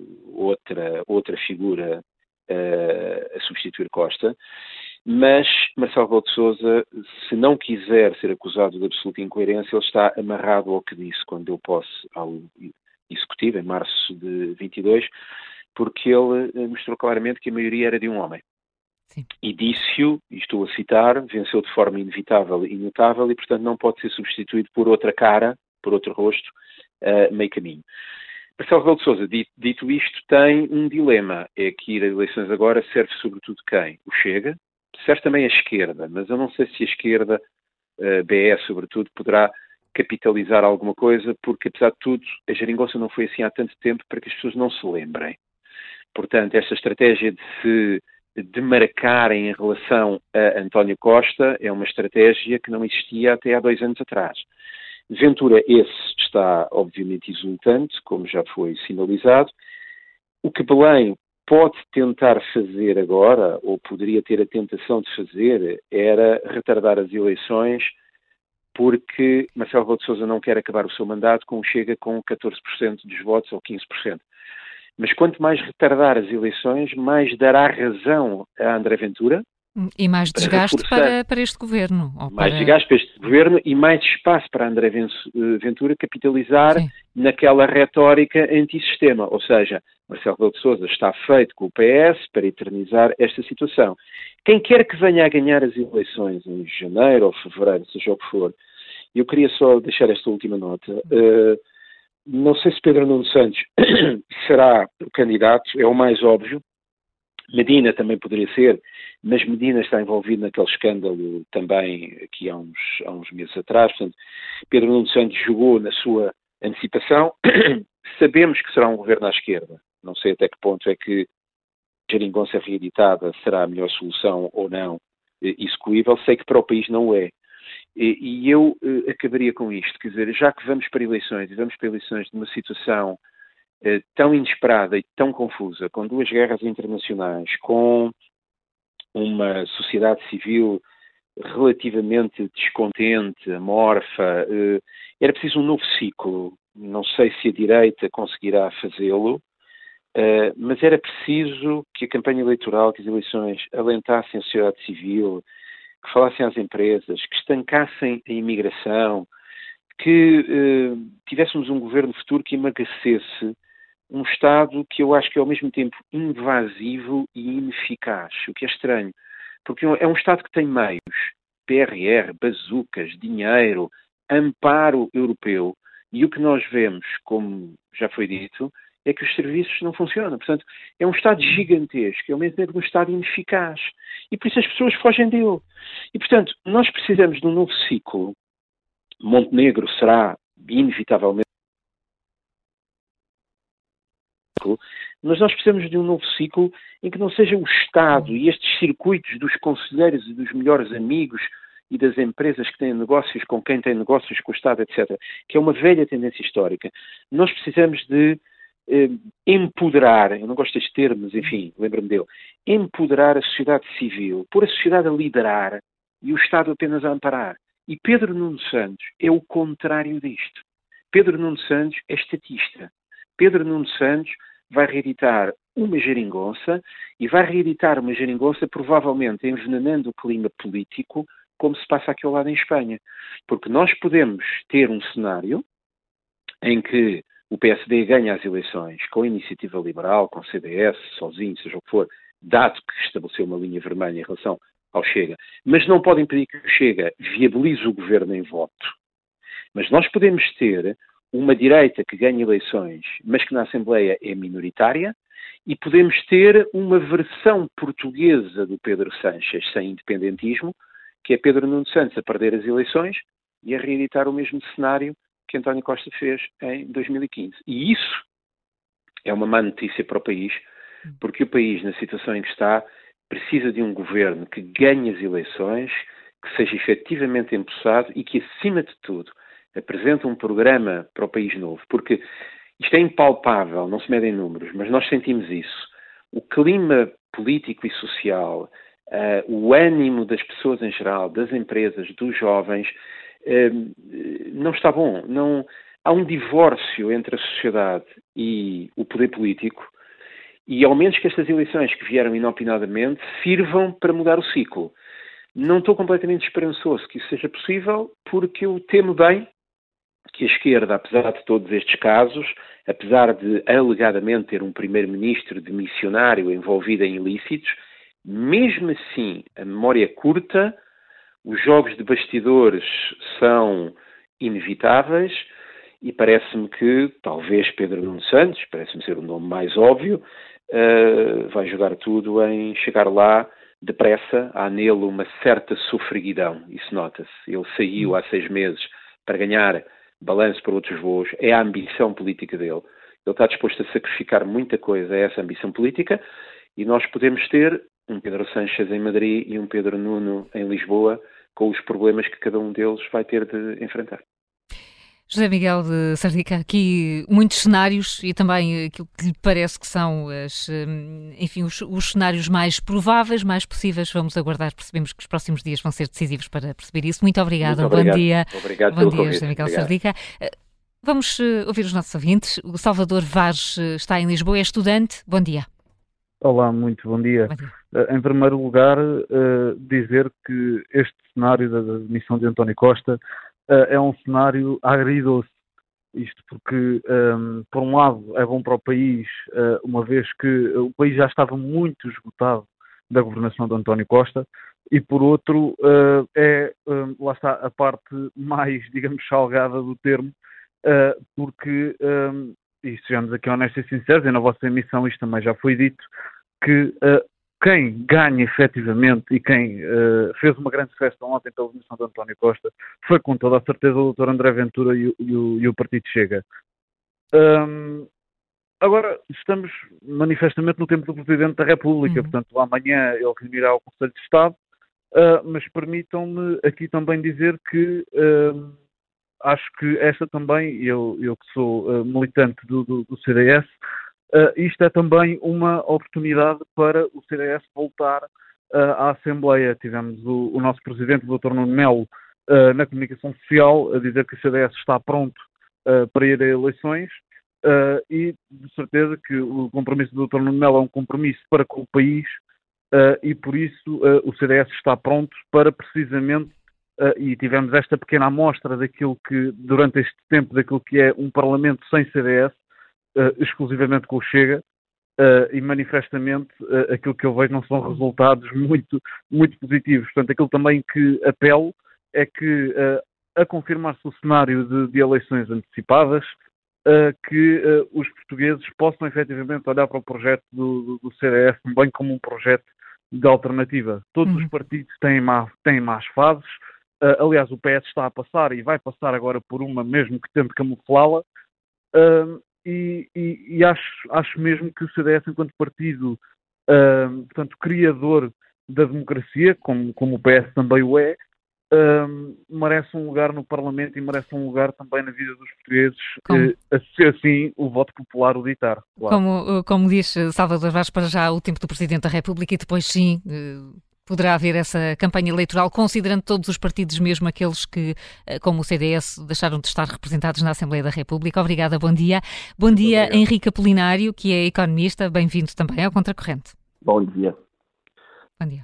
outra, outra figura uh, a substituir Costa, mas Marcelo Rebelo de Sousa, se não quiser ser acusado de absoluta incoerência, ele está amarrado ao que disse quando deu posse ao Executivo, em março de vinte e dois, porque ele mostrou claramente que a maioria era de um homem. Sim. E disse-o, e estou a citar, venceu de forma inevitável e imutável e, portanto, não pode ser substituído por outra cara, por outro rosto, uh, meio caminho. Marcelo Rebelo de Sousa, dito, dito isto, tem um dilema. É que ir a eleições agora serve sobretudo quem? O Chega, serve também a esquerda, mas eu não sei se a esquerda, uh, B E, sobretudo, poderá capitalizar alguma coisa, porque, apesar de tudo, a geringonça não foi assim há tanto tempo para que as pessoas não se lembrem. Portanto, esta estratégia de se demarcarem em relação a António Costa é uma estratégia que não existia até há dois anos atrás. Ventura, esse está obviamente exultante, como já foi sinalizado. O que Belém pode tentar fazer agora, ou poderia ter a tentação de fazer, era retardar as eleições, porque Marcelo Rebelo de Sousa não quer acabar o seu mandato com o Chega com catorze por cento dos votos ou quinze por cento. Mas quanto mais retardar as eleições, mais dará razão a André Ventura. E mais desgaste para, para, para este governo. Ou mais para... desgaste para este governo e mais espaço para André Ventura capitalizar Sim. naquela retórica antissistema. Ou seja, Marcelo Rebelo de Sousa está feito com o P S para eternizar esta situação. Quem quer que venha a ganhar as eleições em janeiro ou fevereiro, seja o que for, eu queria só deixar esta última nota. Uh, Não sei se Pedro Nuno Santos será o candidato, é o mais óbvio. Medina também poderia ser, mas Medina está envolvido naquele escândalo também aqui há uns, há uns meses atrás. Portanto, Pedro Nuno Santos jogou na sua antecipação. Sabemos que será um governo à esquerda. Não sei até que ponto é que a geringonça reeditada será a melhor solução ou não execuível. Sei que para o país não é. E, e eu uh, acabaria com isto, quer dizer, já que vamos para eleições, e vamos para eleições numa situação uh, tão inesperada e tão confusa, com duas guerras internacionais, com uma sociedade civil relativamente descontente, amorfa, uh, era preciso um novo ciclo. Não sei se a direita conseguirá fazê-lo, uh, mas era preciso que a campanha eleitoral, que as eleições alentassem a sociedade civil, que falassem às empresas, que estancassem a imigração, que eh, tivéssemos um governo futuro que emagrecesse um Estado que eu acho que é ao mesmo tempo invasivo e ineficaz, o que é estranho, porque é um Estado que tem meios, P R R, bazucas, dinheiro, amparo europeu, e o que nós vemos, como já foi dito, é que os serviços não funcionam. Portanto, é um Estado gigantesco, é ao mesmo tempo um Estado ineficaz. E por isso as pessoas fogem dele. E, portanto, nós precisamos de um novo ciclo. Montenegro será, inevitavelmente, mas nós precisamos de um novo ciclo em que não seja o Estado e estes circuitos dos conselheiros e dos melhores amigos e das empresas que têm negócios com quem tem negócios com o Estado, etcétera, que é uma velha tendência histórica. Nós precisamos de empoderar, eu não gosto deste termo, mas enfim, lembro-me dele, empoderar a sociedade civil, pôr a sociedade a liderar e o Estado apenas a amparar. E Pedro Nuno Santos é o contrário disto. Pedro Nuno Santos é estatista. Pedro Nuno Santos vai reeditar uma geringonça e vai reeditar uma geringonça provavelmente envenenando o clima político, como se passa aqui ao lado em Espanha. Porque nós podemos ter um cenário em que o P S D ganha as eleições com a Iniciativa Liberal, com o C D S, sozinho, seja o que for, dado que estabeleceu uma linha vermelha em relação ao Chega. Mas não pode impedir que o Chega viabilize o governo em voto. Mas nós podemos ter uma direita que ganha eleições, mas que na Assembleia é minoritária, e podemos ter uma versão portuguesa do Pedro Sánchez sem independentismo, que é Pedro Nuno Santos a perder as eleições e a reeditar o mesmo cenário que António Costa fez em dois mil e quinze. E isso é uma má notícia para o país, porque o país, na situação em que está, precisa de um governo que ganhe as eleições, que seja efetivamente empossado e que, acima de tudo, apresente um programa para o país novo. Porque isto é impalpável, não se medem números, mas nós sentimos isso. O clima político e social, uh, o ânimo das pessoas em geral, das empresas, dos jovens, uh, não está bom. Não, há um divórcio entre a sociedade e o poder político e, ao menos que estas eleições que vieram inopinadamente sirvam para mudar o ciclo. Não estou completamente esperançoso que isso seja possível, porque eu temo bem que a esquerda, apesar de todos estes casos, apesar de alegadamente ter um primeiro-ministro de missionário envolvido em ilícitos, mesmo assim, a memória curta, os jogos de bastidores são inevitáveis e parece-me que, talvez Pedro Nuno Santos, parece-me ser o nome mais óbvio, uh, vai jogar tudo em chegar lá depressa. Há nele uma certa sofreguidão, isso nota-se. Ele saiu há seis meses para ganhar balanço para outros voos, é a ambição política dele. Ele está disposto a sacrificar muita coisa a essa ambição política e nós podemos ter um Pedro Sánchez em Madrid e um Pedro Nuno em Lisboa com os problemas que cada um deles vai ter de enfrentar. José Miguel de Sardica, aqui muitos cenários e também aquilo que lhe parece que são as, enfim, os, os cenários mais prováveis, mais possíveis. Vamos aguardar, percebemos que os próximos dias vão ser decisivos para perceber isso. Muito obrigada, Muito obrigado. Bom dia. Obrigado Bom dia, convite. José Miguel Obrigado. Sardica. Vamos ouvir os nossos ouvintes. O Salvador Vaz está em Lisboa, é estudante. Bom dia. Olá, muito bom dia. Bom dia. Uh, em primeiro lugar, uh, dizer que este cenário da demissão de António Costa uh, é um cenário agridoce. Isto porque, um, por um lado, é bom para o país, uh, uma vez que o país já estava muito esgotado da governação de António Costa, e por outro, uh, é, um, lá está, a parte mais, digamos, salgada do termo, uh, porque, um, e sejamos aqui honestos e sinceros, e na vossa emissão isto também já foi dito, que uh, quem ganha efetivamente e quem uh, fez uma grande festa ontem pela demissão de António Costa foi com toda a certeza o doutor André Ventura e o, e o, e o Partido Chega. Um, agora, estamos manifestamente no tempo do Presidente da República, uhum. Portanto, amanhã ele reunirá o Conselho de Estado, uh, mas permitam-me aqui também dizer que uh, acho que esta também, eu, eu que sou uh, militante do, do, do C D S, Uh, isto é também uma oportunidade para o C D S voltar uh, à Assembleia. Tivemos o, o nosso Presidente, o doutor Nuno Melo, uh, na comunicação social, a dizer que o C D S está pronto uh, para ir a eleições uh, e, de certeza, que o compromisso do doutor Nuno Melo é um compromisso para com o país uh, e, por isso, uh, o C D S está pronto para, precisamente, uh, e tivemos esta pequena amostra daquilo que, durante este tempo, daquilo que é um Parlamento sem C D S, Uh, exclusivamente com o Chega, uh, e manifestamente uh, aquilo que eu vejo não são resultados muito, muito positivos. Portanto, aquilo também que apelo é que, uh, a confirmar-se o cenário de, de eleições antecipadas, uh, que uh, os portugueses possam efetivamente olhar para o projeto do, do, do C D S também como um projeto de alternativa. Todos uhum. os partidos têm, má, têm más fases. Uh, aliás, o P S está a passar e vai passar agora por uma, mesmo que tente camuflá-la. Uh, E, e, e acho, acho mesmo que o C D S, enquanto partido uh, portanto, criador da democracia, como, como o P S também o é, uh, merece um lugar no Parlamento e merece um lugar também na vida dos portugueses, uh, a ser assim o voto popular o ditar. Claro. Como, como diz Salvador Vaz, para já o tempo do Presidente da República e depois sim... Uh... poderá haver essa campanha eleitoral, considerando todos os partidos, mesmo aqueles que, como o C D S, deixaram de estar representados na Assembleia da República. Obrigada, bom dia. Bom dia, Obrigado. Henrique Apolinário, que é economista, bem-vindo também ao Contracorrente. Bom dia. Bom dia.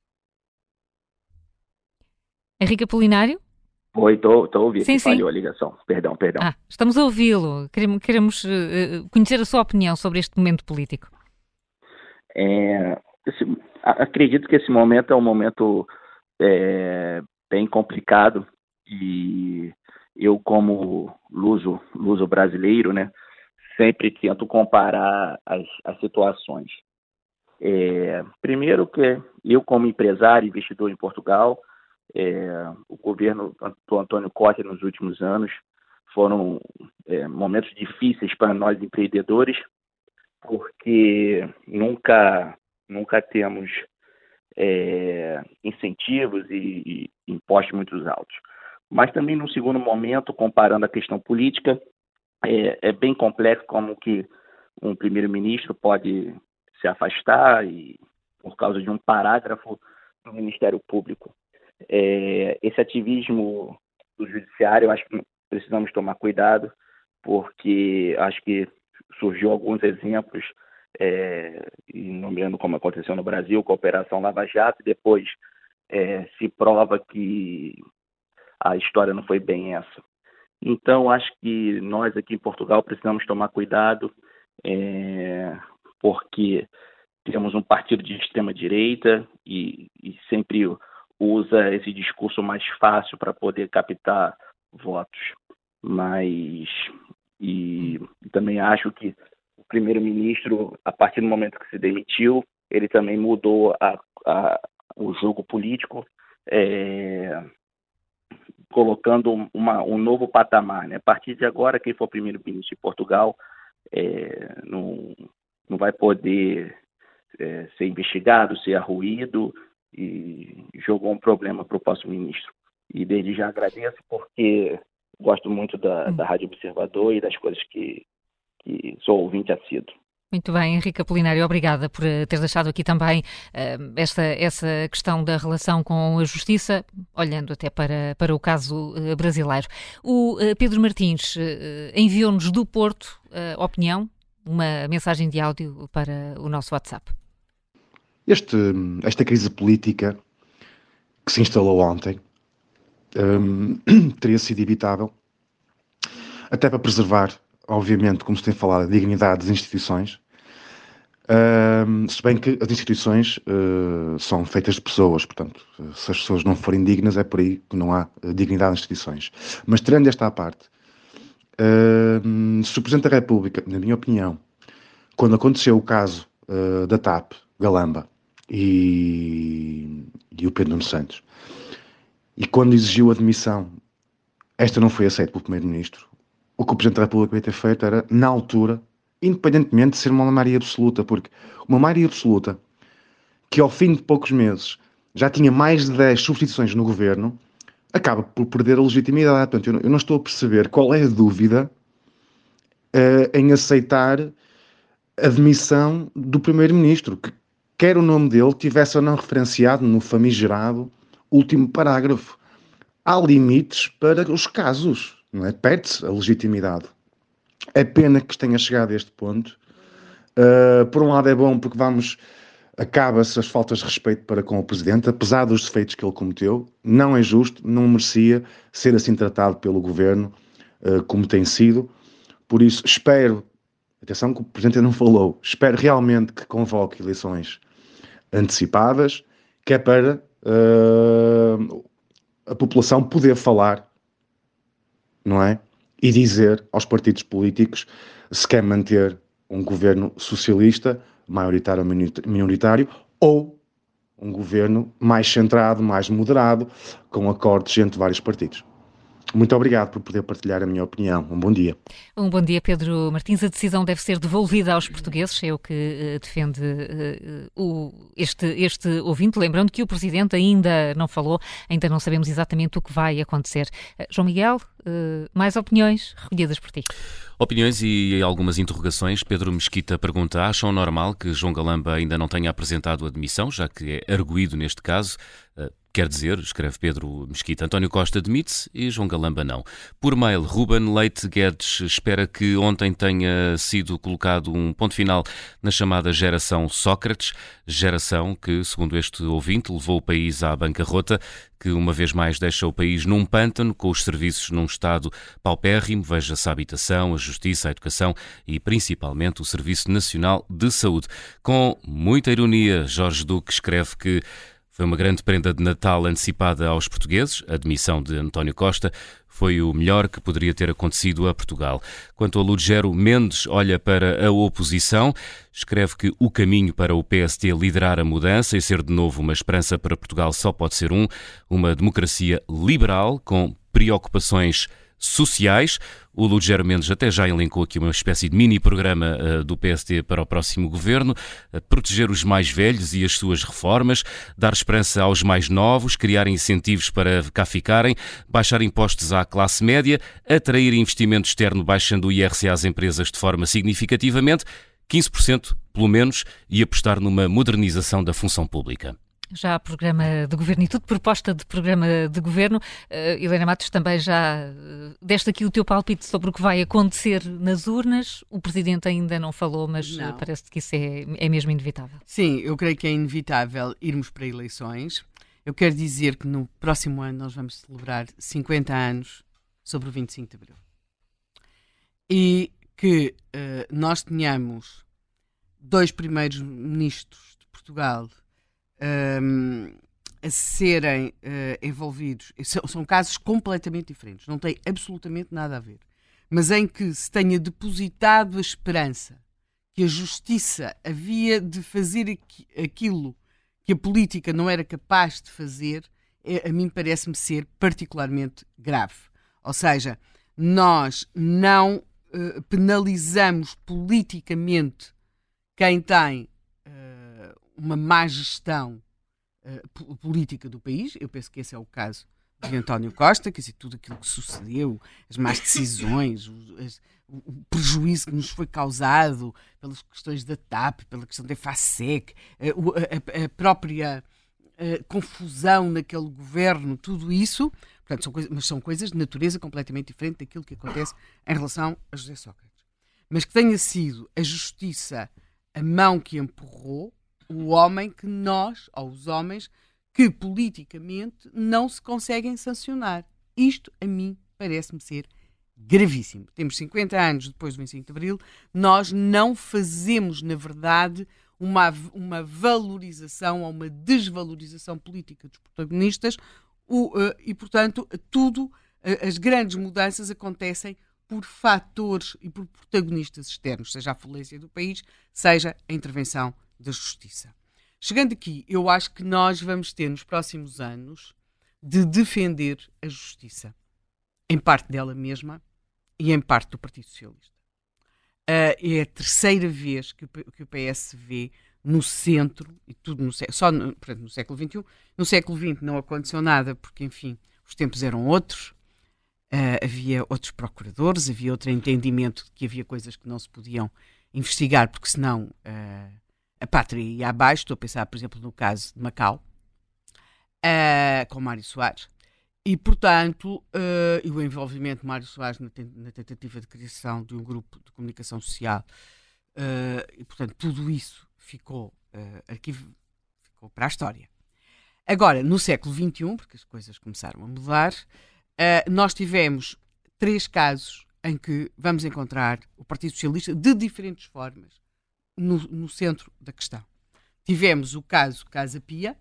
Henrique Apolinário? Oi, estou a ouvir, sim, que sim. falhou a ligação. Perdão, perdão. Ah, estamos a ouvi-lo. Queremos, queremos uh, conhecer a sua opinião sobre este momento político. É... Esse, acredito que esse momento é um momento é, bem complicado e eu, como luso, luso brasileiro, né, sempre tento comparar as, as situações. É, primeiro que eu, como empresário e investidor em Portugal, é, o governo do António Costa nos últimos anos foram é, momentos difíceis para nós empreendedores, porque nunca... Nunca temos é, incentivos e, e impostos muito altos. Mas também, no segundo momento, comparando a questão política, é, é bem complexo como que um primeiro-ministro pode se afastar e, por causa de um parágrafo do Ministério Público. É, esse ativismo do judiciário, eu acho que precisamos tomar cuidado, porque acho que surgiu alguns exemplos, é, e não me lembro como aconteceu no Brasil, com a Operação Lava Jato, e depois é, se prova que a história não foi bem essa. Então, acho que nós aqui em Portugal precisamos tomar cuidado, é, porque temos um partido de extrema-direita e, e sempre usa esse discurso mais fácil para poder captar votos. Mas e, e também acho que o primeiro-ministro, a partir do momento que se demitiu, ele também mudou a, a, o jogo político, é, colocando uma, um novo patamar, né? A partir de agora, quem for primeiro-ministro de Portugal é, não, não vai poder é, ser investigado, ser arruído, e jogou um problema para o próximo ministro. E desde já agradeço, porque gosto muito da, da Rádio Observador e das coisas que, que sou ouvinte assíduo. Muito bem, Henrique Apolinário, obrigada por teres deixado aqui também uh, esta, essa questão da relação com a justiça, olhando até para, para o caso uh, brasileiro. O uh, Pedro Martins uh, enviou-nos do Porto uh, opinião, uma mensagem de áudio para o nosso WhatsApp. Este, esta crise política que se instalou ontem um, teria sido evitável, até para preservar, obviamente, como se tem falado, a dignidade das instituições, um, se bem que as instituições uh, são feitas de pessoas, portanto, se as pessoas não forem dignas, é por aí que não há dignidade nas instituições. Mas, tirando esta à parte, uh, se o Presidente da República, na minha opinião, quando aconteceu o caso uh, da T A P, Galamba, E, e o Pedro Nuno Santos, e quando exigiu a demissão, esta não foi aceita pelo Primeiro-Ministro, o que o Presidente da República devia ter feito era, na altura, independentemente de ser uma maioria absoluta, porque uma maioria absoluta que ao fim de poucos meses já tinha mais de dez substituições no governo, acaba por perder a legitimidade. Portanto, eu não, eu não estou a perceber qual é a dúvida uh, em aceitar a demissão do Primeiro-Ministro, que quer o nome dele tivesse ou não referenciado no famigerado último parágrafo. Há limites para os casos, não é? Perde-se a legitimidade. É pena que tenha chegado a este ponto. Uh, por um lado é bom porque vamos, acaba-se as faltas de respeito para com o Presidente, apesar dos defeitos que ele cometeu. Não é justo, não merecia ser assim tratado pelo Governo, uh, como tem sido. Por isso, espero, atenção que o Presidente não falou, espero realmente que convoque eleições antecipadas, que é para uh, a população poder falar, não é? E dizer aos partidos políticos se quer manter um governo socialista, maioritário ou minoritário, ou um governo mais centrado, mais moderado, com acordos entre vários partidos. Muito obrigado por poder partilhar a minha opinião. Um bom dia. Um bom dia, Pedro Martins. A decisão deve ser devolvida aos portugueses, é o que uh, defende uh, o, este, este ouvinte. Lembrando que o Presidente ainda não falou, ainda não sabemos exatamente o que vai acontecer. Uh, João Miguel, uh, mais opiniões recolhidas por ti? Opiniões e algumas interrogações. Pedro Mesquita pergunta: acham normal que João Galamba ainda não tenha apresentado a demissão, já que é arguido neste caso? Uh, Quer dizer, escreve Pedro Mesquita, António Costa demite-se e João Galamba não. Por mail, Ruben Leite Guedes espera que ontem tenha sido colocado um ponto final na chamada geração Sócrates, geração que, segundo este ouvinte, levou o país à bancarrota, que uma vez mais deixa o país num pântano, com os serviços num estado paupérrimo, veja-se a habitação, a justiça, a educação e principalmente o Serviço Nacional de Saúde. Com muita ironia, Jorge Duque escreve que foi uma grande prenda de Natal antecipada aos portugueses. A demissão de António Costa foi o melhor que poderia ter acontecido a Portugal. Quanto a Ludgero Mendes, olha para a oposição, escreve que o caminho para o P S D liderar a mudança e ser de novo uma esperança para Portugal só pode ser um, uma democracia liberal com preocupações sociais. O Lugero Mendes até já elencou aqui uma espécie de mini-programa uh, do P S D para o próximo governo: uh, proteger os mais velhos e as suas reformas, dar esperança aos mais novos, criar incentivos para cá ficarem, baixar impostos à classe média, atrair investimento externo baixando o I R C às empresas de forma significativamente, quinze por cento pelo menos, e apostar numa modernização da função pública. Já há programa de governo e tudo, proposta de programa de governo. Uh, Helena Matos, também já uh, deste aqui o teu palpite sobre o que vai acontecer nas urnas. O Presidente ainda não falou, mas uh, parece que isso é, é mesmo inevitável. Sim, eu creio que é inevitável irmos para eleições. Eu quero dizer que no próximo ano nós vamos celebrar cinquenta anos sobre o vinte e cinco de Abril. E que uh, nós tenhamos dois primeiros ministros de Portugal Um, a serem uh, envolvidos, são, são casos completamente diferentes, não têm absolutamente nada a ver, mas em que se tenha depositado a esperança que a justiça havia de fazer aqui, aquilo que a política não era capaz de fazer, é, a mim parece-me ser particularmente grave. Ou seja, nós não uh, penalizamos politicamente quem tem uma má gestão uh, política do país. Eu penso que esse é o caso de António Costa, quer dizer, tudo aquilo que sucedeu, as más decisões, o, as, o prejuízo que nos foi causado pelas questões da T A P, pela questão da FASEC, uh, a, a própria uh, confusão naquele governo, tudo isso, portanto, são coisas, mas são coisas de natureza completamente diferente daquilo que acontece em relação a José Sócrates. Mas que tenha sido a justiça a mão que empurrou o homem que nós, ou os homens, que politicamente não se conseguem sancionar. Isto, a mim, parece-me ser gravíssimo. Temos cinquenta anos depois do vinte e cinco de Abril, nós não fazemos, na verdade, uma, uma valorização ou uma desvalorização política dos protagonistas o, uh, e, portanto, tudo, uh, as grandes mudanças acontecem por fatores e por protagonistas externos, seja a falência do país, seja a intervenção da justiça. Chegando aqui, eu acho que nós vamos ter nos próximos anos de defender a justiça, em parte dela mesma e em parte do Partido Socialista. Uh, é a terceira vez que o, que o P S vê no centro, e tudo no, só no, portanto, no século vinte e um, no século vinte não aconteceu nada, porque, enfim, os tempos eram outros, uh, havia outros procuradores, havia outro entendimento de que havia coisas que não se podiam investigar, porque senão uh, a pátria ia abaixo. Estou a pensar, por exemplo, no caso de Macau, uh, com Mário Soares, e, portanto, uh, e o envolvimento de Mário Soares na, na tentativa de criação de um grupo de comunicação social, uh, e, portanto, tudo isso ficou, uh, arquivo, ficou para a história. Agora, no século vinte e um, porque as coisas começaram a mudar, uh, nós tivemos três casos em que vamos encontrar o Partido Socialista de diferentes formas no, no centro da questão. Tivemos o caso Casa Pia,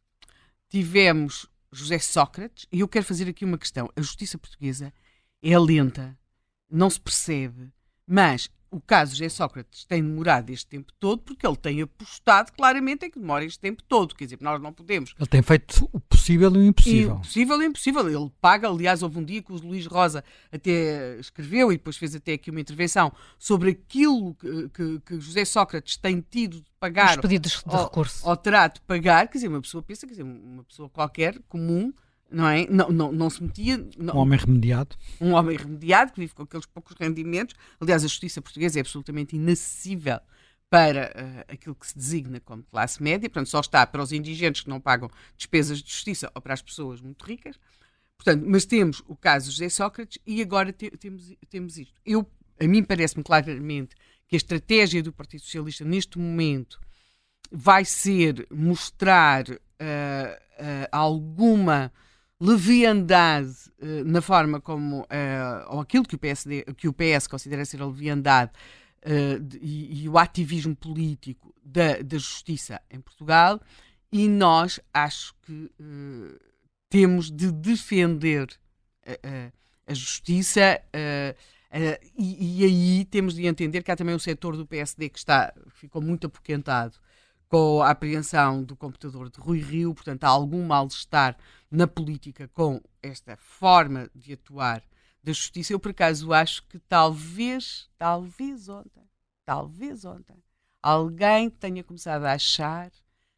tivemos José Sócrates, e eu quero fazer aqui uma questão. A justiça portuguesa é lenta, não se percebe, mas o caso José Sócrates tem demorado este tempo todo porque ele tem apostado claramente em que demora este tempo todo. Quer dizer, nós não podemos... Ele tem feito o possível e o impossível. E o possível e o impossível. Ele paga, aliás, houve um dia que o Luís Rosa até escreveu e depois fez até aqui uma intervenção sobre aquilo que, que, que José Sócrates tem tido de pagar... Os pedidos de ou, recurso. Ou terá de pagar. Quer dizer, uma pessoa pensa, quer dizer, uma pessoa qualquer, comum, não é? Não, não, não se metia... Não, um homem remediado. Um homem remediado, que vive com aqueles poucos rendimentos. Aliás, a justiça portuguesa é absolutamente inacessível para uh, aquilo que se designa como classe média. Portanto, só está para os indigentes que não pagam despesas de justiça ou para as pessoas muito ricas. Portanto, mas temos o caso de José Sócrates e agora te, temos, temos isto. Eu, a mim parece-me claramente que a estratégia do Partido Socialista neste momento vai ser mostrar uh, uh, alguma leviandade uh, na forma como, uh, ou aquilo que o, P S D, que o P S considera ser a leviandade uh, de, e, e o ativismo político da, da justiça em Portugal, e nós acho que uh, temos de defender a, a, a justiça uh, uh, e, e aí temos de entender que há também um setor do P S D que está, ficou muito apoquentado com a apreensão do computador de Rui Rio. Portanto, há algum mal-estar na política com esta forma de atuar da Justiça, eu por acaso acho que talvez, talvez ontem, talvez ontem, alguém tenha começado a achar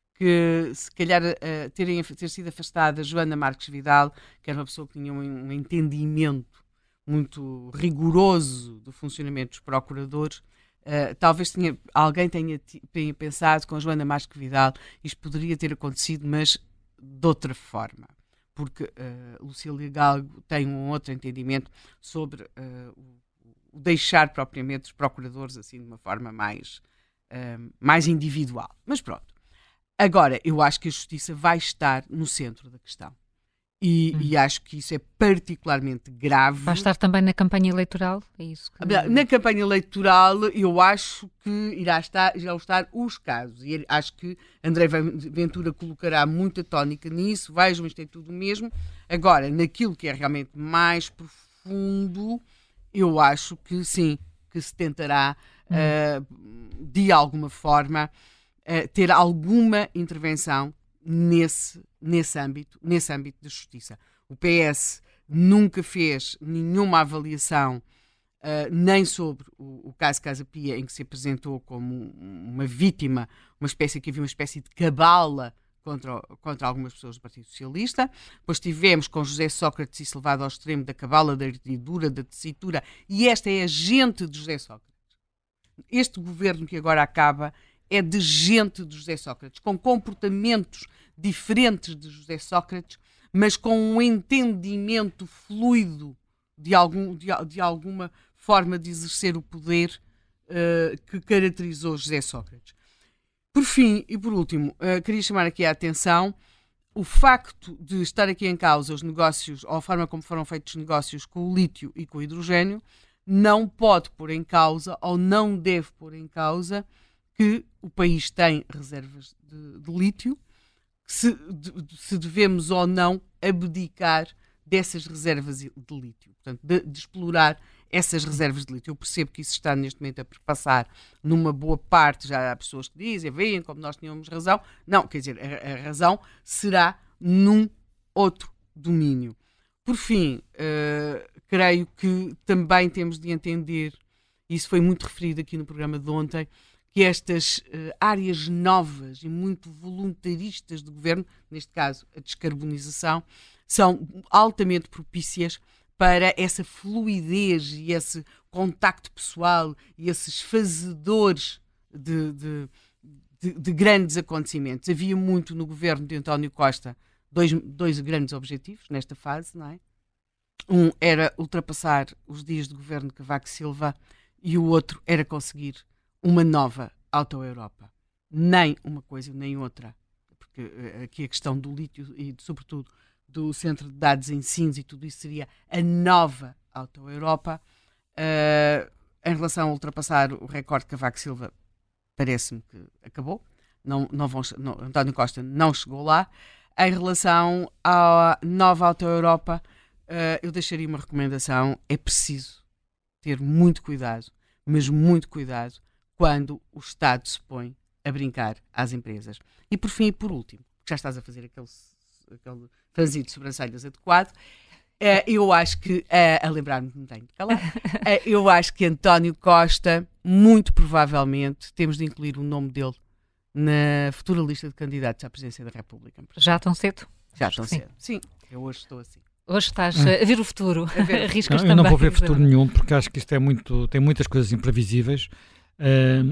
que se calhar uh, terem, ter sido afastada Joana Marques Vidal, que era uma pessoa que tinha um, um entendimento muito rigoroso do funcionamento dos procuradores, uh, talvez tenha, alguém tenha, tenha pensado com Joana Marques Vidal isto poderia ter acontecido, mas de outra forma. Porque uh, Lucília Galgo tem um outro entendimento sobre uh, o, o deixar propriamente os procuradores assim de uma forma mais, uh, mais individual. Mas pronto. Agora, eu acho que a Justiça vai estar no centro da questão. E, hum. e acho que isso é particularmente grave. Vai estar também na campanha eleitoral? É isso que... Na campanha eleitoral, eu acho que irá estar, irão estar os casos. E acho que André Ventura colocará muita tónica nisso. Vejam, isto é tudo mesmo. Agora, naquilo que é realmente mais profundo, eu acho que sim, que se tentará, hum. uh, de alguma forma, Uh, ter alguma intervenção nesse, nesse âmbito, nesse âmbito da justiça. O P S nunca fez nenhuma avaliação uh, nem sobre o, o caso Casa Pia, em que se apresentou como uma vítima, uma espécie que havia uma espécie de cabala contra, contra algumas pessoas do Partido Socialista. Depois tivemos com José Sócrates isso levado ao extremo da cabala, da ardidura, da tessitura, e esta é a gente de José Sócrates. Este governo que agora acaba é de gente de José Sócrates, com comportamentos diferentes de José Sócrates, mas com um entendimento fluido de, algum, de, de alguma forma de exercer o poder uh, que caracterizou José Sócrates. Por fim e por último, uh, queria chamar aqui a atenção o facto de estar aqui em causa os negócios, ou a forma como foram feitos os negócios com o lítio e com o hidrogênio, não pode pôr em causa, ou não deve pôr em causa, que o país tem reservas de, de lítio, se, de, se devemos ou não abdicar dessas reservas de lítio, portanto, de, de explorar essas reservas de lítio. Eu percebo que isso está neste momento a perpassar numa boa parte, já há pessoas que dizem, veem como nós tínhamos razão. Não, quer dizer, a, a razão será num outro domínio. Por fim, uh, creio que também temos de entender, e isso foi muito referido aqui no programa de ontem, que estas uh, áreas novas e muito voluntaristas do governo, neste caso a descarbonização, são altamente propícias para essa fluidez e esse contacto pessoal e esses fazedores de, de, de, de grandes acontecimentos. Havia muito no governo de António Costa dois, dois grandes objetivos nesta fase, não é? Um era ultrapassar os dias de governo de Cavaco Silva e o outro era conseguir uma nova auto-Europa. Nem uma coisa nem outra. Porque uh, aqui a questão do lítio e, sobretudo, do centro de dados em Sines e tudo isso seria a nova auto-Europa. Uh, em relação a ultrapassar o recorde de Cavaco Silva, parece-me que acabou. Não, não vão, não, António Costa não chegou lá. Em relação à nova auto-Europa, uh, eu deixaria uma recomendação. É preciso ter muito cuidado, mas muito cuidado, quando o Estado se põe a brincar às empresas. E por fim e por último, já estás a fazer aquele, aquele franzido de sobrancelhas adequado, uh, eu acho que, uh, a lembrar-me que me tenho de calar, uh, eu acho que António Costa, muito provavelmente, temos de incluir o nome dele na futura lista de candidatos à presidência da República. Já tão cedo? Já tão cedo. Sim, eu hoje estou assim. Hoje estás a ver o futuro. Arriscas não, também. Eu não vou ver futuro nenhum, porque acho que isto é muito, tem muitas coisas imprevisíveis. Uh,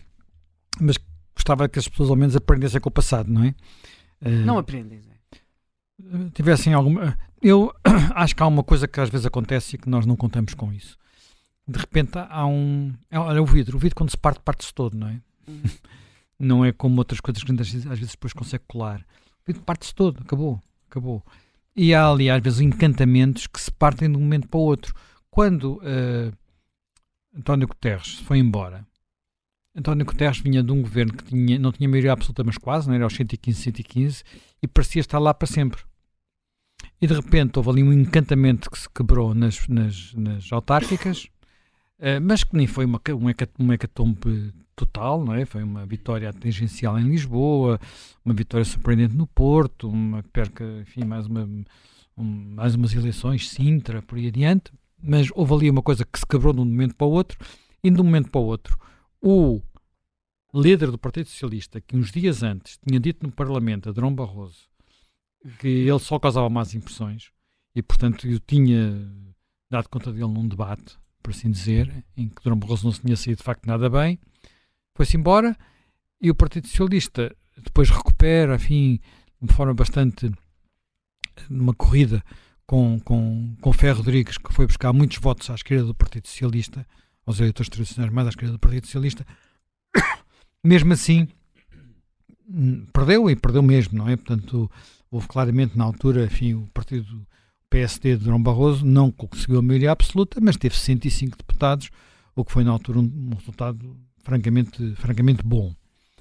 mas gostava que as pessoas ao menos aprendessem com o passado, não é? Uh, não aprendem, Zé. Tivessem alguma... Eu acho que há uma coisa que às vezes acontece e que nós não contamos com isso. De repente há um... Olha, o vidro. O vidro quando se parte, parte-se todo, não é? Uhum. Não é como outras coisas que às vezes depois consegue colar. O vidro parte-se todo. Acabou. Acabou. E há ali às vezes encantamentos que se partem de um momento para o outro. Quando uh, António Guterres foi embora, António Guterres vinha de um governo que tinha, não tinha maioria absoluta, mas quase, não era aos cento e quinze, cento e quinze, e parecia estar lá para sempre. E de repente houve ali um encantamento que se quebrou nas, nas, nas autárquicas, uh, mas que nem foi uma, uma hecatombe total, não é? Foi uma vitória tangencial em Lisboa, uma vitória surpreendente no Porto, uma perca, enfim, mais, uma, um, mais umas eleições, Sintra, por aí adiante. mas houve ali uma coisa que se quebrou de um momento para o outro, e de um momento para o outro o líder do Partido Socialista, que uns dias antes tinha dito no Parlamento, a Durão Barroso, que ele só causava más impressões, e portanto eu tinha dado conta dele num debate, por assim dizer, em que Durão Barroso não se tinha saído de facto nada bem, foi-se embora, e o Partido Socialista depois recupera, enfim, de forma bastante, numa corrida com, com, com Ferro Rodrigues, que foi buscar muitos votos à esquerda do Partido Socialista, aos eleitores tradicionais mais à esquerda do Partido Socialista. Mesmo assim, perdeu, e perdeu mesmo, não é? Portanto, houve claramente na altura, enfim, o partido P S D de Durão Barroso não conseguiu a maioria absoluta, mas teve sessenta e cinco deputados, o que foi na altura um, um resultado francamente, francamente bom.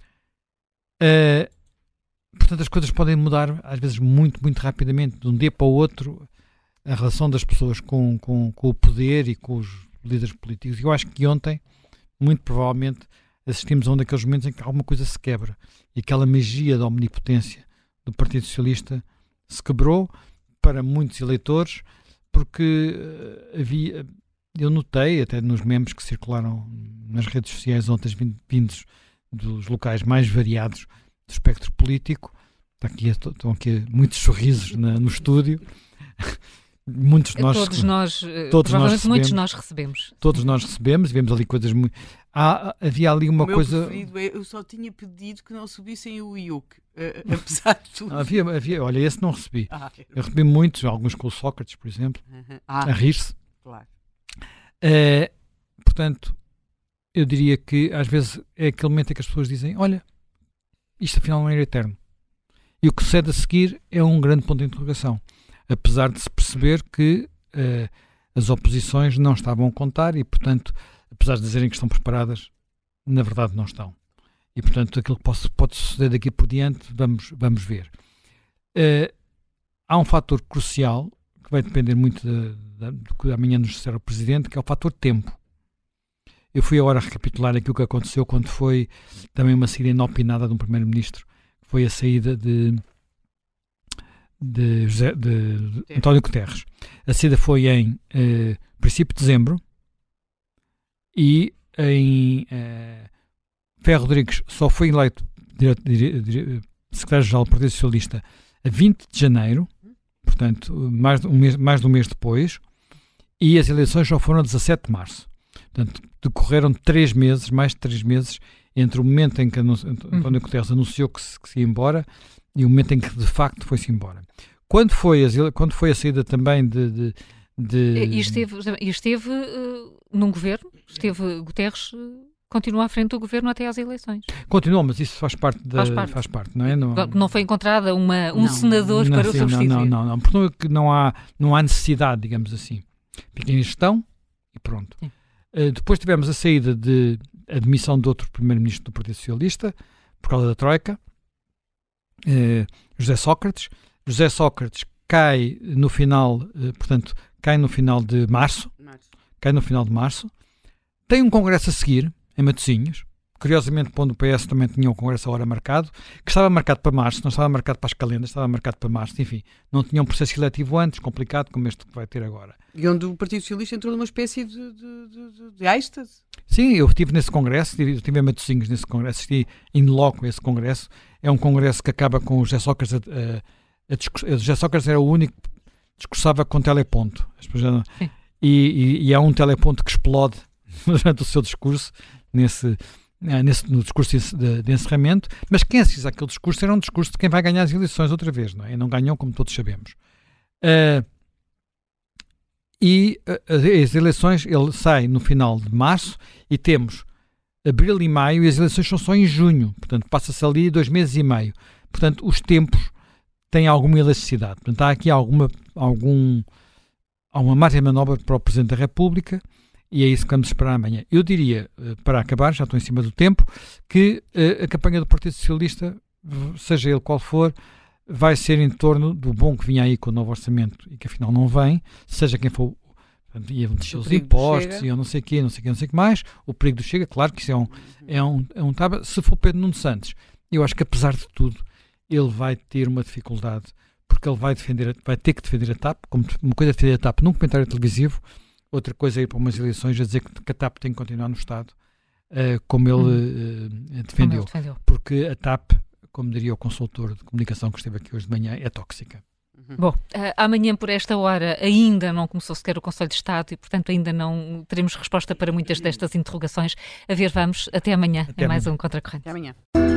Uh, portanto, as coisas podem mudar, às vezes, muito, muito rapidamente, de um dia para o outro, a relação das pessoas com, com, com o poder e com os líderes políticos. Eu acho que ontem, muito provavelmente, assistimos a um daqueles momentos em que alguma coisa se quebra, e aquela magia da omnipotência do Partido Socialista se quebrou para muitos eleitores, porque uh, havia, eu notei, até nos memes que circularam nas redes sociais ontem, vindos dos locais mais variados do espectro político, está aqui, estão aqui muitos sorrisos na, no estúdio, muitos de nós, todos nós, todos provavelmente nós muitos nós recebemos. Todos nós recebemos, vemos ali coisas muito... Ah, havia ali uma o meu coisa... preferido é, eu só tinha pedido que não subissem o I U C, uh, apesar de tudo. Havia, havia, olha, esse não recebi. Ah, eu recebi muitos, alguns com o Sócrates, por exemplo, uh-huh. ah, a rir-se. Claro. Uh, portanto, eu diria que às vezes é aquele momento em que as pessoas dizem, olha, isto afinal não era eterno. E o que sucede a seguir é um grande ponto de interrogação. Apesar de se perceber que uh, as oposições não estavam a contar e, portanto, apesar de dizerem que estão preparadas, na verdade não estão. E, portanto, aquilo que pode, pode suceder daqui por diante, vamos, vamos ver. Uh, há um fator crucial, que vai depender muito de, de, do que amanhã nos disser o Presidente, que é o fator tempo. Eu fui agora recapitular aquilo que aconteceu quando foi também uma saída inopinada de um Primeiro-Ministro, que foi a saída de, de, José, de, de António Guterres. A saída foi em uh, princípio de dezembro, e em uh, Ferro Rodrigues só foi eleito secretário-geral do Partido Socialista a vinte de janeiro, portanto, mais de um mês, mais de um mês depois, e as eleições só foram a dezassete de março. Portanto, decorreram três meses, mais de três meses, entre o momento em que António Guterres anunciou que se, que se ia embora e o momento em que, de facto, foi-se embora. Quando foi, as, quando foi a saída também de... de, de... E esteve, e esteve uh, num governo, esteve Guterres... Uh... Continua à frente do governo até às eleições. Continua, mas isso faz parte da... Faz parte, faz parte não é? Não, não foi encontrada uma, um não, senador não, para sim, o substituir. Não, não, não. Porque não há, não há necessidade, digamos assim. Fica em gestão e pronto. Uh, depois tivemos a saída de admissão de outro primeiro-ministro do Partido Socialista, por causa da Troika, uh, José Sócrates. José Sócrates cai no final, uh, portanto, cai no final de março. março. Cai no final de março. Tem um congresso a seguir, em Matosinhos, curiosamente pondo o P S também tinha um congresso a hora marcado, que estava marcado para março, não estava marcado para as calendas, estava marcado para março, enfim, não tinha um processo eletivo antes, complicado como este que vai ter agora. E onde o Partido Socialista entrou numa espécie de, de, de, de êxtase? Sim, eu estive nesse congresso, eu estive em Matosinhos nesse congresso, assisti in loco a esse congresso, é um congresso que acaba com o José Sócrates, a, a, a discurs... o José Sócrates era o único que discursava com teleponto, não... e, e, e há um teleponto que explode durante o seu discurso, Nesse, nesse, no discurso de, de encerramento, mas quem assiste àquele discurso era um discurso de quem vai ganhar as eleições outra vez, não é? E não ganhou, como todos sabemos. Uh, e uh, as eleições, ele sai no final de março e temos abril e maio e as eleições são só em junho, portanto passa-se ali dois meses e meio. Portanto, os tempos têm alguma elasticidade. Portanto, há aqui alguma, algum, alguma margem de manobra para o Presidente da República. E é isso que vamos esperar amanhã. Eu diria, para acabar, já estou em cima do tempo, que uh, a campanha do Partido Socialista, seja ele qual for, vai ser em torno do bom que vinha aí com o novo orçamento e que afinal não vem, seja quem for, iam descer os impostos e eu não sei o quê, não sei o quê, não sei o que mais, o perigo do Chega, claro que isso é um, é um, é um tábua. Se for Pedro Nuno Santos, eu acho que apesar de tudo, ele vai ter uma dificuldade, porque ele vai, defender, vai ter que defender a TAP, como uma coisa é defender a TAP num comentário televisivo, outra coisa é ir para umas eleições a dizer que a TAP tem que continuar no Estado, uh, como, ele, uh, defendeu. como ele defendeu. Porque a TAP, como diria o consultor de comunicação que esteve aqui hoje de manhã, é tóxica. Bom, uh, amanhã por esta hora ainda não começou sequer o Conselho de Estado e, portanto, ainda não teremos resposta para muitas destas interrogações. A ver, vamos. Até amanhã. Até é mais amanhã. um Contracorrente. Até amanhã.